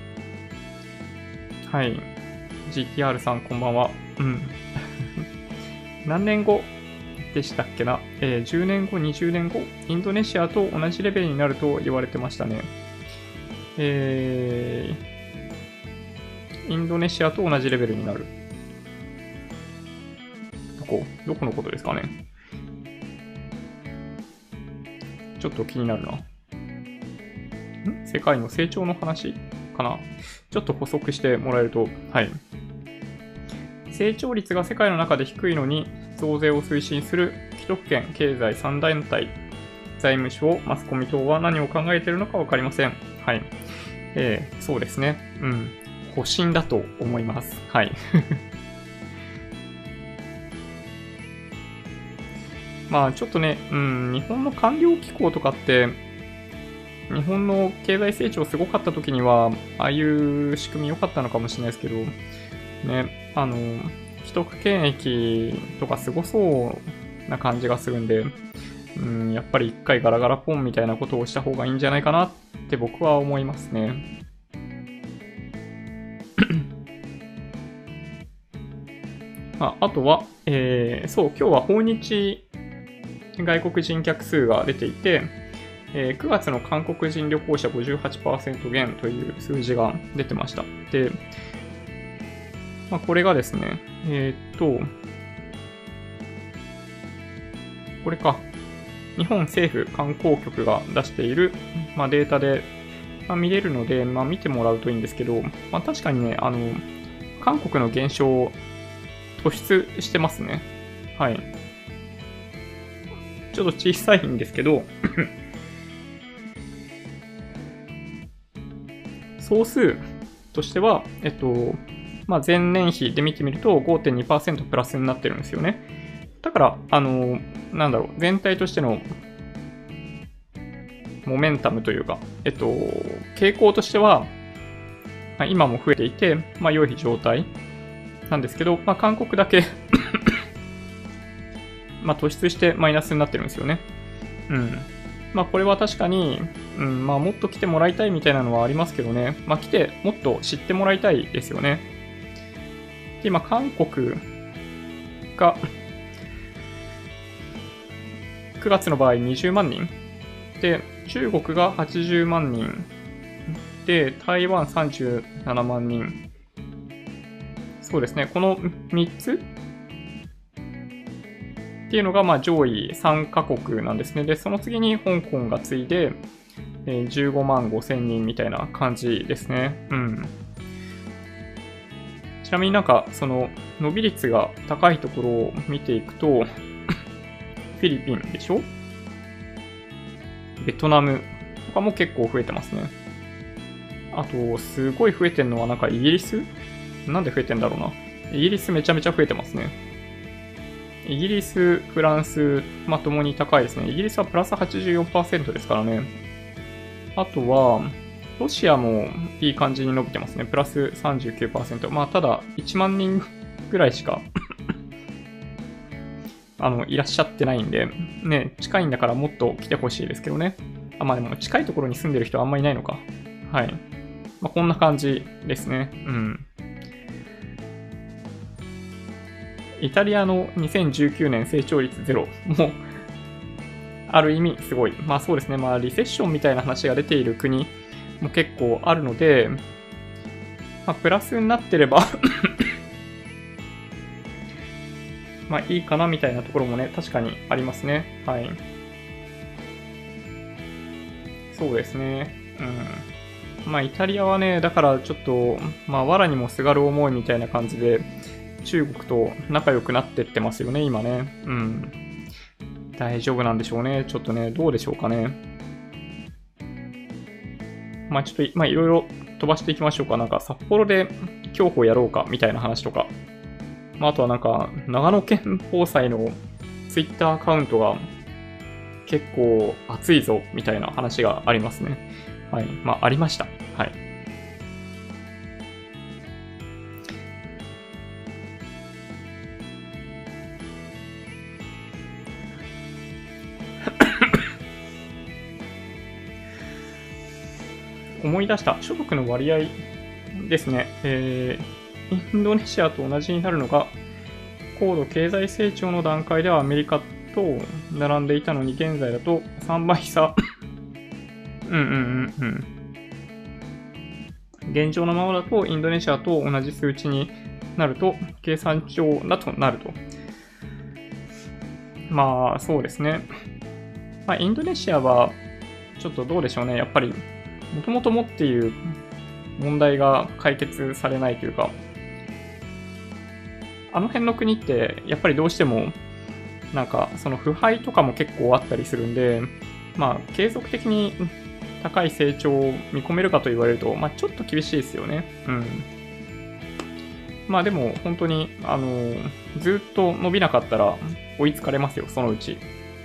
Speaker 1: はい。ジーティーアール さん、こんばんは。うん。何年後でしたっけな、えー、じゅうねんご、にじゅうねんご、インドネシアと同じレベルになると言われてましたね。えー、インドネシアと同じレベルになる。どこどこのことですかね。ちょっと気になるな。ん世界の成長の話かな。ちょっと補足してもらえると、はい。成長率が世界の中で低いのに増税を推進する既得権経済さん団体、財務省、マスコミ等は何を考えているのか分かりません。はい。えー、そうですね。うん。保身だと思います。はい。まあちょっとね、うん、日本の官僚機構とかって、日本の経済成長すごかった時には、ああいう仕組み良かったのかもしれないですけど、ね、あの、既得権益とかすごそうな感じがするんで、うん、やっぱり一回ガラガラポンみたいなことをした方がいいんじゃないかなって僕は思いますね。あ, あとは、えー、そう、今日は訪日外国人客数が出ていて、えー、くがつの韓国人旅行者 ごじゅうはちパーセント 減という数字が出てました。で、まあ、これがですね、えー、っと、これか、日本政府観光局が出している、まあ、データで、まあ、見れるので、まあ、見てもらうといいんですけど、まあ、確かにね、あの、韓国の減少、突出してますね。はい。ちょっと小さいんですけど、総数としては、えっと、まあ、前年比で見てみると ごてんにパーセント プラスになってるんですよね。だから、あの、なんだろう、全体としてのモメンタムというか、えっと、傾向としては、今も増えていて、まあ、良い状態なんですけど、まあ、韓国だけまあ、突出してマイナスになってるんですよね。うん。まあ、これは確かに、うん、まあ、もっと来てもらいたいみたいなのはありますけどね。まあ、来てもっと知ってもらいたいですよね。で、今、韓国が、くがつの場合にじゅうまんにん。で、中国がはちじゅうまんにん。で、台湾さんじゅうななまんにん。そうですね。このみっつっていうのがまあ上位さんカ国なんですね。で、その次に香港が次いで、じゅうごまんごせんにんみたいな感じですね。うん。ちなみになんか、その伸び率が高いところを見ていくと、フィリピンでしょ？ベトナムとかも結構増えてますね。あと、すごい増えてるのはなんかイギリス？なんで増えてんだろうな。イギリスめちゃめちゃ増えてますね。イギリス、フランス、まともに高いですね。イギリスはプラス はちじゅうよんパーセント ですからね。あとは、ロシアもいい感じに伸びてますね。プラス さんじゅうきゅうパーセント。まあ、ただ、いちまんにんぐらいしかあの、いらっしゃってないんで、ね、近いんだからもっと来てほしいですけどね。あ、まあでも近いところに住んでる人はあんまりいないのか。 はい。まあ、こんな感じですね。うん。イタリアのにせんじゅうきゅうねん成長率ゼロも、ある意味すごい。まあそうですね。まあリセッションみたいな話が出ている国も結構あるので、まあプラスになってればまあいいかなみたいなところもね、確かにありますね。はい。そうですね。うん。まあイタリアはね、だからちょっと、まあ藁にもすがる思いみたいな感じで、中国と仲良くなってってますよね、今ね。うん。大丈夫なんでしょうね。ちょっとね、どうでしょうかね。まあちょっと、まあいろいろ飛ばしていきましょうか。なんか札幌で競歩やろうかみたいな話とか。まああとはなんか、長野県防災のツイッターアカウントが結構熱いぞみたいな話がありますね。はい。まあありました。はい。思い出した所得の割合ですね、えー、インドネシアと同じになるのが、高度経済成長の段階ではアメリカと並んでいたのに、現在だとさんばい差。うんうんうんうん。現状のままだとインドネシアと同じ数値になると、計算上だとなると。まあ、そうですね。まあ、インドネシアは、ちょっとどうでしょうね。やっぱり、もともともっていう問題が解決されないというか、あの辺の国ってやっぱりどうしてもなんかその腐敗とかも結構あったりするんで、まあ継続的に高い成長を見込めるかと言われると、まあちょっと厳しいですよね。うん。まあでも本当にあのずっと伸びなかったら追いつかれますよ、そのうち。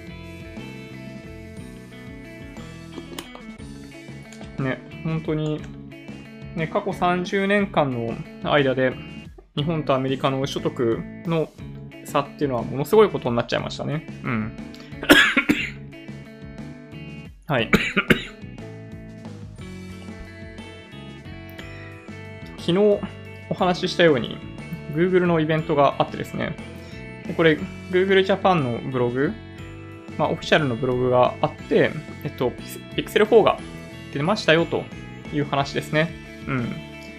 Speaker 1: ね、本当にね、過去さんじゅうねんかんの間で日本とアメリカの所得の差っていうのはものすごいことになっちゃいましたね。うん。はい。昨日お話ししたように Google のイベントがあってですね、これ Google Japan のブログ、まあオフィシャルのブログがあって、えっと、Pixel フォーが出ましたよという話ですね。うん。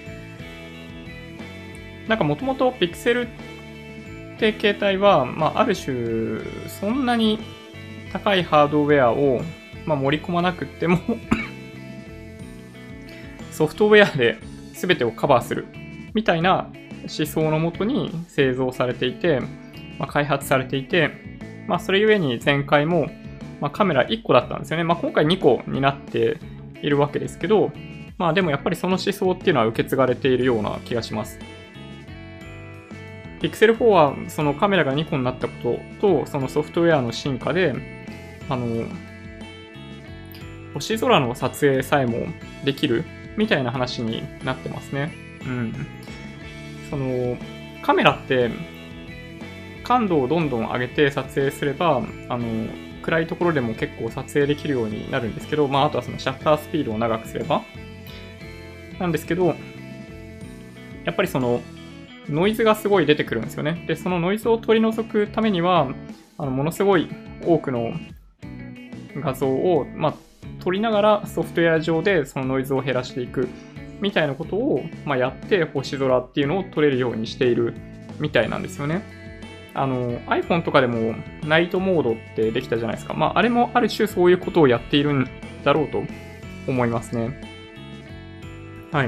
Speaker 1: なんかもともと Pixel って携帯は、まあ、ある種、そんなに高いハードウェアを、まあ、盛り込まなくってもソフトウェアで全てをカバーするみたいな思想のもとに製造されていて、まあ、開発されていて、まあ、それゆえに前回も、まあ、カメラいっこだったんですよね。まあ、今回にこになっているわけですけど、まあでもやっぱりその思想っていうのは受け継がれているような気がします。Pixel フォーはそのカメラがにこになったことと、そのソフトウェアの進化で、あの、星空の撮影さえもできるみたいな話になってますね。うん。その、カメラって感度をどんどん上げて撮影すれば、あの、暗いところでも結構撮影できるようになるんですけど、まああとはそのシャッタースピードを長くすれば、なんですけど、やっぱりその、ノイズがすごい出てくるんですよね。で、そのノイズを取り除くためには、あのものすごい多くの画像を、まあ、取りながらソフトウェア上でそのノイズを減らしていくみたいなことを、まあ、やって星空っていうのを撮れるようにしているみたいなんですよね。あの iPhone とかでもナイトモードってできたじゃないですか。まあ、あれもある種そういうことをやっているんだろうと思いますね。はい。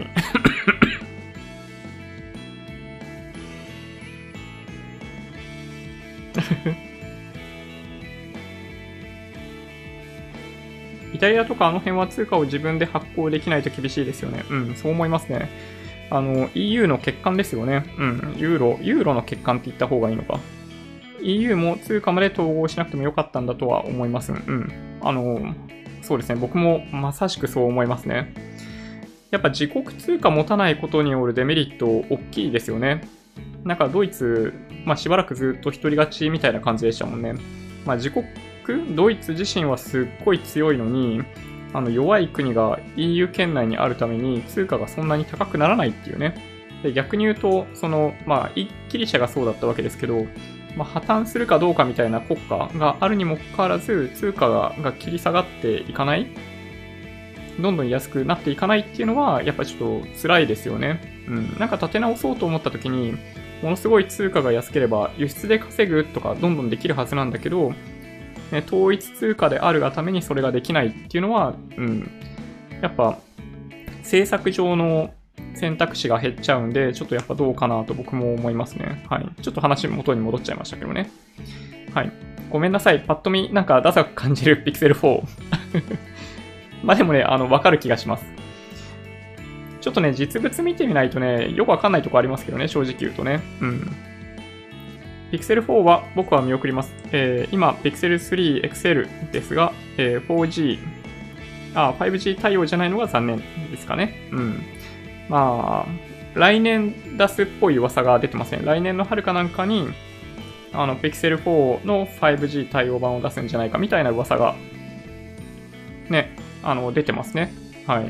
Speaker 1: イタリアとかあの辺は通貨を自分で発行できないと厳しいですよね。うん、そう思いますね。あの、イーユー の欠陥ですよね。うん、ユーロ、ユーロの欠陥って言った方がいいのか。イーユー も通貨まで統合しなくてもよかったんだとは思います。うん。あの、そうですね。僕もまさしくそう思いますね。やっぱ自国通貨持たないことによるデメリット大きいですよね。なんかドイツ、まあしばらくずっと一人勝ちみたいな感じでしたもんね。まあ自国ドイツ自身はすっごい強いのに、 あの弱い国が イーユー 圏内にあるために通貨がそんなに高くならないっていうね。で逆に言うと、その、まあ、ギリシャがそうだったわけですけど、まあ、破綻するかどうかみたいな国家があるにもかかわらず、通貨がが切り下がっていかない、どんどん安くなっていかないっていうのは、やっぱりちょっと辛いですよね。うん。なんか立て直そうと思った時に、ものすごい通貨が安ければ、輸出で稼ぐとかどんどんできるはずなんだけど、ね、統一通貨であるがためにそれができないっていうのは、うん。やっぱ、政策上の選択肢が減っちゃうんで、ちょっとやっぱどうかなと僕も思いますね。はい。ちょっと話元に戻っちゃいましたけどね。はい。ごめんなさい。パッと見、なんかダサく感じる ピクセルフォー。まあでもね、あの、わかる気がします。ちょっとね、実物見てみないとね、よくわかんないとこありますけどね、正直言うとね。うん。ピクセルフォーは僕は見送ります。えー、今、ピクセルスリーエクセル ですが、えー、フォージー、あ、ファイブジー 対応じゃないのが残念ですかね。うん。まあ、来年出すっぽい噂が出てません。来年の春かなんかに、あの、ピクセルフォーの ファイブジー 対応版を出すんじゃないかみたいな噂が、ね、あの、出てますね。はい。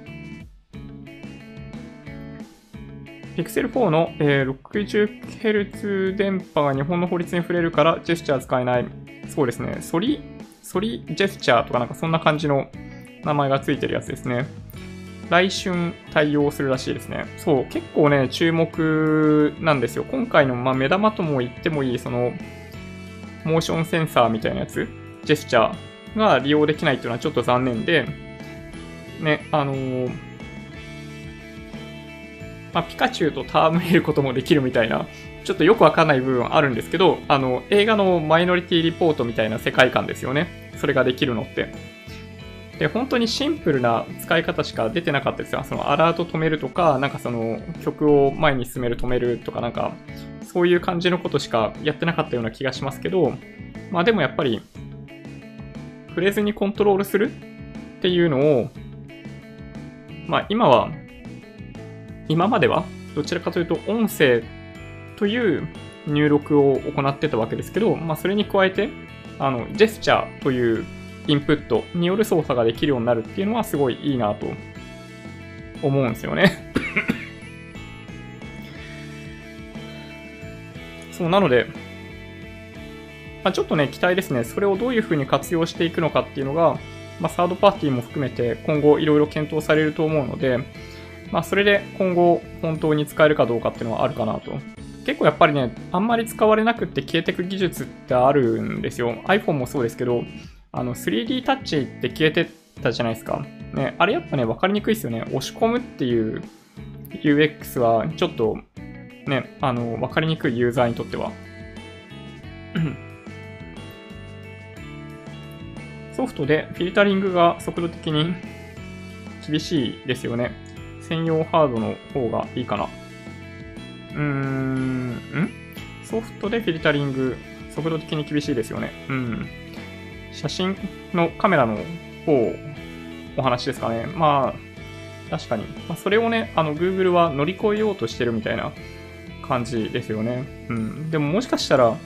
Speaker 1: ピクセルフォーの、えー、ろくじゅっヘルツ 電波が日本の法律に触れるからジェスチャー使えない。そうですね。ソリ、ソリジェスチャーとかなんかそんな感じの名前がついてるやつですね。来春対応するらしいですね。そう、結構ね、注目なんですよ。今回の、まあ、目玉とも言ってもいい、その、モーションセンサーみたいなやつ、ジェスチャーが利用できないっていうのはちょっと残念で、ね、あのー、まあ、ピカチュウと戯れることもできるみたいな、ちょっとよくわかんない部分あるんですけど、あの、映画のマイノリティリポートみたいな世界観ですよね。それができるのって。で、本当にシンプルな使い方しか出てなかったですよ。そのアラート止めるとか、なんかその曲を前に進める止めるとかなんか、そういう感じのことしかやってなかったような気がしますけど、まあでもやっぱり、触れずにコントロールするっていうのを、まあ今は、今まではどちらかというと音声という入力を行ってたわけですけど、まあそれに加えて、あの、ジェスチャーというインプットによる操作ができるようになるっていうのはすごいいいなと思うんですよね。そう、なので、まあ、ちょっとね、期待ですね。それをどういう風に活用していくのかっていうのが、まあ、サードパーティーも含めて今後いろいろ検討されると思うので、まあ、それで今後本当に使えるかどうかっていうのはあるかなと。結構やっぱりね、あんまり使われなくって消えてく技術ってあるんですよ。iPhone もそうですけど、あの スリーディー タッチって消えてたじゃないですか。ね、あれやっぱね、わかりにくいですよね。押し込むっていう ユーエックス はちょっとね、あの、わかりにくいユーザーにとっては。ソフトでフィルタリングが速度的に厳しいですよね。専用ハードの方がいいかな。うーん、んソフトでフィルタリング、速度的に厳しいですよね。うん。写真のカメラの方、お話ですかね。まあ、確かに。まあ、それをね、あの、Google は乗り越えようとしてるみたいな感じですよね。うん。でももしかしたら、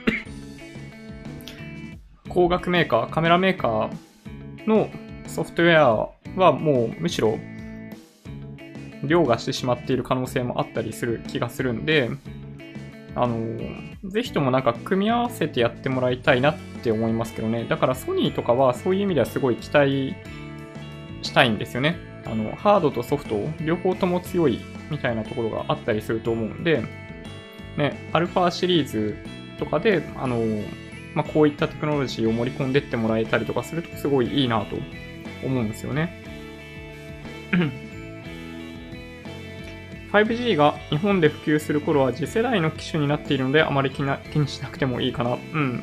Speaker 1: 光学メーカー、カメラメーカーのソフトウェアはもうむしろ凌駕してしまっている可能性もあったりする気がするんで、あの、ぜひともなんか組み合わせてやってもらいたいなって思いますけどね。だからソニーとかはそういう意味ではすごい期待したいんですよね。あの、ハードとソフト両方とも強いみたいなところがあったりすると思うんで、ね、アルファシリーズとかで、あの、まあ、こういったテクノロジーを盛り込んでってもらえたりとかするとすごいいいなと思うんですよね。ファイブジー が日本で普及する頃は次世代の機種になっているのであまり気な気にしなくてもいいかな。うん。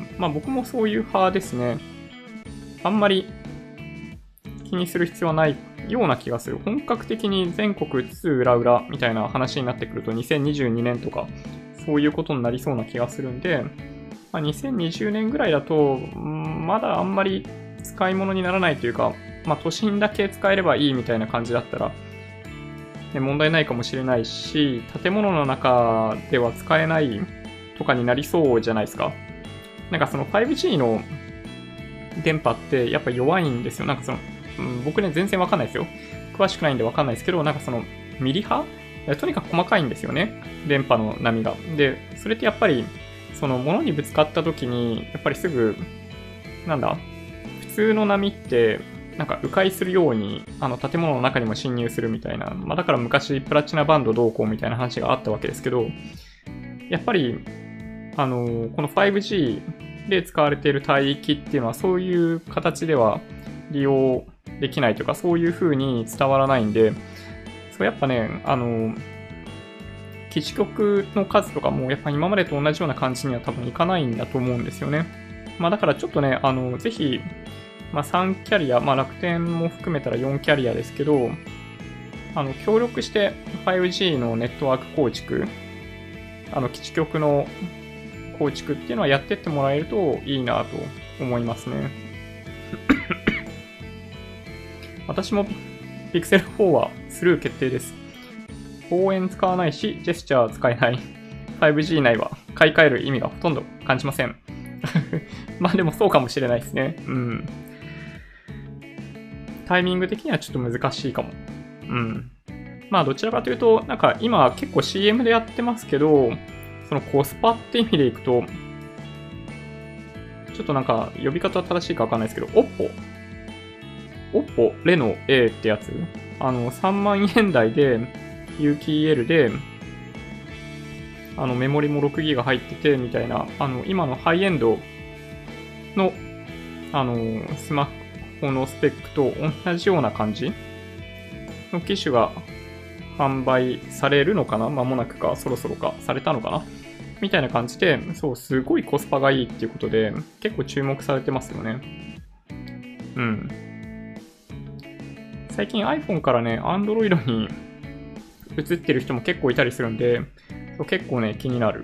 Speaker 1: まあ僕もそういう派ですね。あんまり気にする必要はないような気がする。本格的に全国津々浦々みたいな話になってくるとにせんにじゅうにねんとかそういうことになりそうな気がするんで、まあ、にせんにじゅうねんぐらいだと、まだあんまり使い物にならないというか、まあ、都心だけ使えればいいみたいな感じだったら、ね、問題ないかもしれないし、建物の中では使えないとかになりそうじゃないですか。なんかその ファイブジー の電波ってやっぱ弱いんですよ。なんかそのうん、僕ね、全然わかんないですよ。詳しくないんでわかんないですけど、なんかその、ミリ波とにかく細かいんですよね。電波の波が。で、それってやっぱり、その、物にぶつかった時に、やっぱりすぐ、なんだ、普通の波って、なんか迂回するように、あの、建物の中にも侵入するみたいな、まあだから昔、プラチナバンドどうこうみたいな話があったわけですけど、やっぱり、あの、この ファイブジー で使われている帯域っていうのは、そういう形では利用できないというか、そういう風に伝わらないんで、そうやっぱね、あの、基地局の数とかも、やっぱ今までと同じような感じには多分いかないんだと思うんですよね。まあだからちょっとね、あの、ぜひ、まあさんキャリア、まあ楽天も含めたらよんキャリアですけど、あの、協力して ファイブジー のネットワーク構築、あの、基地局の構築っていうのはやってってもらえるといいなと思いますね。私も ピクセルフォー はスルー決定です。望遠使わないし、ジェスチャー使えない ファイブジー 内は買い替える意味がほとんど感じません。まあでもそうかもしれないですね。うん。タイミング的にはちょっと難しいかも。うん。まあどちらかというと、なんか今結構 シーエム でやってますけど、そのコスパって意味でいくと、ちょっとなんか呼び方は正しいかわかんないですけど、Oppo。Oppo Reno A ってやつ。あの、さんまんえん台で、有機 イーエル で、あの、メモリも ろくギガ 入ってて、みたいな、あの、今のハイエンドの、あの、スマホのスペックと同じような感じの機種が販売されるのかな、間もなくか、そろそろか、されたのかなみたいな感じで、そう、すごいコスパがいいっていうことで、結構注目されてますよね。うん。最近 iPhone からね、Android に映ってる人も結構いたりするんで、結構ね、気になる。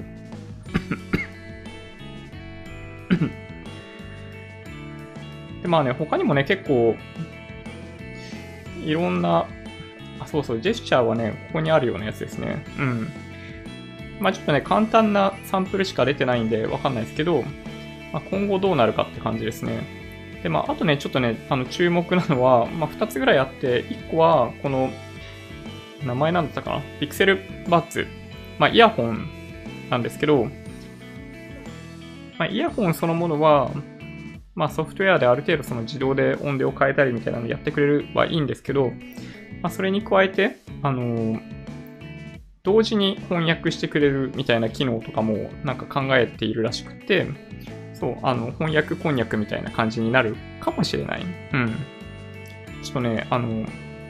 Speaker 1: で、まあね、他にもね、結構、いろんな、あ、そうそう、ジェスチャーはね、ここにあるようなやつですね。うん。まあちょっとね、簡単なサンプルしか出てないんでわかんないですけど、まあ、今後どうなるかって感じですね。で、まああとね、ちょっとね、あの注目なのは、まあふたつぐらいあって、いっこは、この、名前なんだったかな？ピクセルバッツ。まあイヤホンなんですけど、まあイヤホンそのものは、まあソフトウェアである程度その自動で音量を変えたりみたいなのやってくれるはいいんですけど、まあそれに加えて、あのー、同時に翻訳してくれるみたいな機能とかもなんか考えているらしくて、そう、あの、翻訳こんにゃくみたいな感じになるかもしれない。うん。ちょっとね、あの、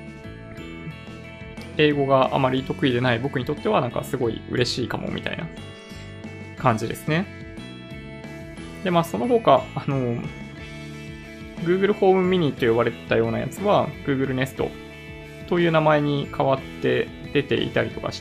Speaker 1: 英語があまり得意でない僕にとってはなんかすごい嬉しいかもみたいな感じですね。で、まあその他、あの、Google Home Mini と呼ばれてたようなやつは Google Nest という名前に変わって出ていたりとかして、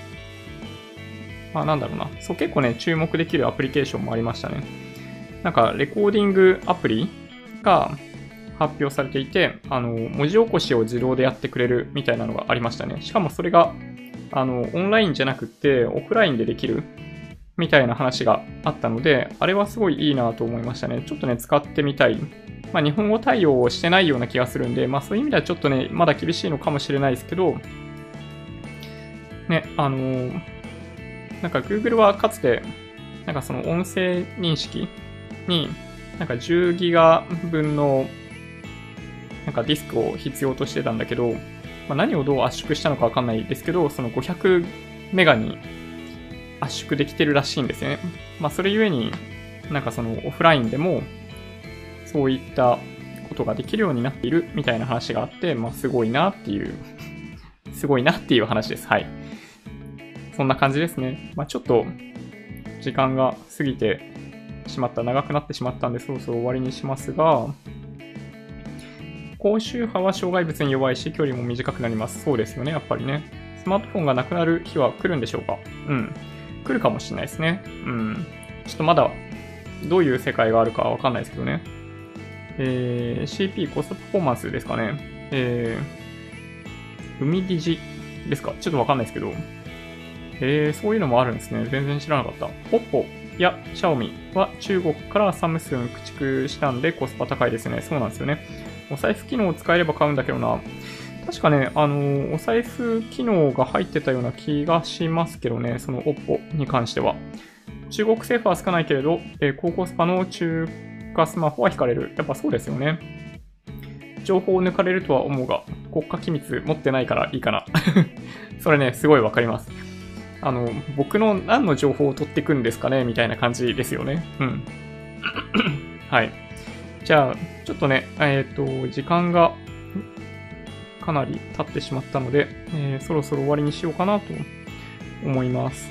Speaker 1: まあなんだろうな、そう結構ね、注目できるアプリケーションもありましたね。なんかレコーディングアプリが発表されていて、あの、文字起こしを自動でやってくれるみたいなのがありましたね。しかもそれが、あの、オンラインじゃなくてオフラインでできるみたいな話があったので、あれはすごいいいなと思いましたね。ちょっとね、使ってみたい。まあ日本語対応をしてないような気がするんで、まあそういう意味ではちょっとね、まだ厳しいのかもしれないですけど、ね、あのー、なんか Google はかつて、なんかその音声認識に、なんかじゅうギガぶんのなんかディスクを必要としてたんだけど、まあ、何をどう圧縮したのかわかんないですけど、そのごひゃくメガに圧縮できてるらしいんですよね。まあそれゆえに、なんかそのオフラインでも、そういったことができるようになっているみたいな話があって、まあすごいなっていう、すごいなっていう話です。はい。そんな感じですね。まあちょっと、時間が過ぎてしまった、長くなってしまったんで、そろそろ終わりにしますが、高周波は障害物に弱いし、距離も短くなります。そうですよね、やっぱりね。スマートフォンがなくなる日は来るんでしょうか？うん。来るかもしれないですね。うん。ちょっとまだ、どういう世界があるかわかんないですけどね。えー、シーピー コストパフォーマンスですかね。えー、海ディジですか？ちょっとわかんないですけど。えー、そういうのもあるんですね。全然知らなかった。Oppo や Xiaomi は中国からサムスン駆逐したんでコスパ高いですね。そうなんですよね。 お財布機能を使えれば買うんだけどな。確かね、あの、お財布機能が入ってたような気がしますけどね、その Oppo に関しては。中国政府はつかないけれど、えー、高コスパの中華スマホは引かれる。やっぱそうですよね。情報を抜かれるとは思うが、国家機密持ってないからいいかな。それね、すごいわかります。あの、僕の何の情報を取っていくんですかねみたいな感じですよね。うん。はい。じゃあ、ちょっとね、えっと、時間がかなり経ってしまったので、えー、そろそろ終わりにしようかなと思います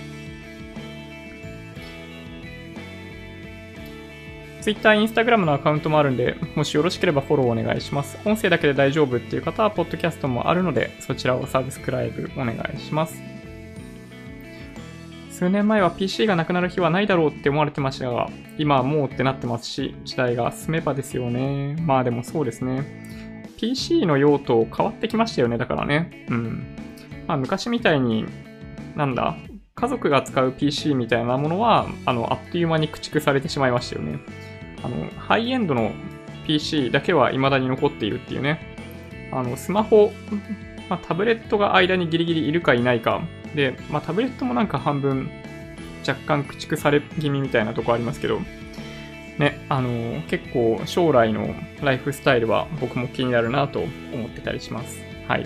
Speaker 1: 。Twitter、Instagram のアカウントもあるんで、もしよろしければフォローお願いします。音声だけで大丈夫っていう方は、ポッドキャストもあるので、そちらをサブスクライブお願いします。数年前は ピーシー がなくなる日はないだろうって思われてましたが、今はもうってなってますし、時代が進めばですよね。まあでもそうですね。ピーシー の用途変わってきましたよね、だからね。うん。まあ昔みたいに、なんだ、家族が使う ピーシー みたいなものは、あの、あっという間に駆逐されてしまいましたよね。あの、ハイエンドの ピーシー だけは未だに残っているっていうね。あの、スマホ、まあ、タブレットが間にギリギリいるかいないか。で、まあ、タブレットもなんか半分若干駆逐され気味みたいなとこありますけど、ね、あのー、結構将来のライフスタイルは僕も気になるなと思ってたりします。はい。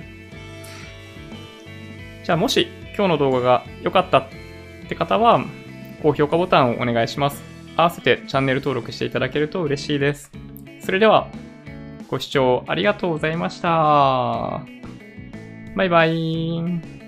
Speaker 1: じゃあもし今日の動画が良かったって方は、高評価ボタンをお願いします。合わせてチャンネル登録していただけると嬉しいです。それでは、ご視聴ありがとうございました。バイバイ。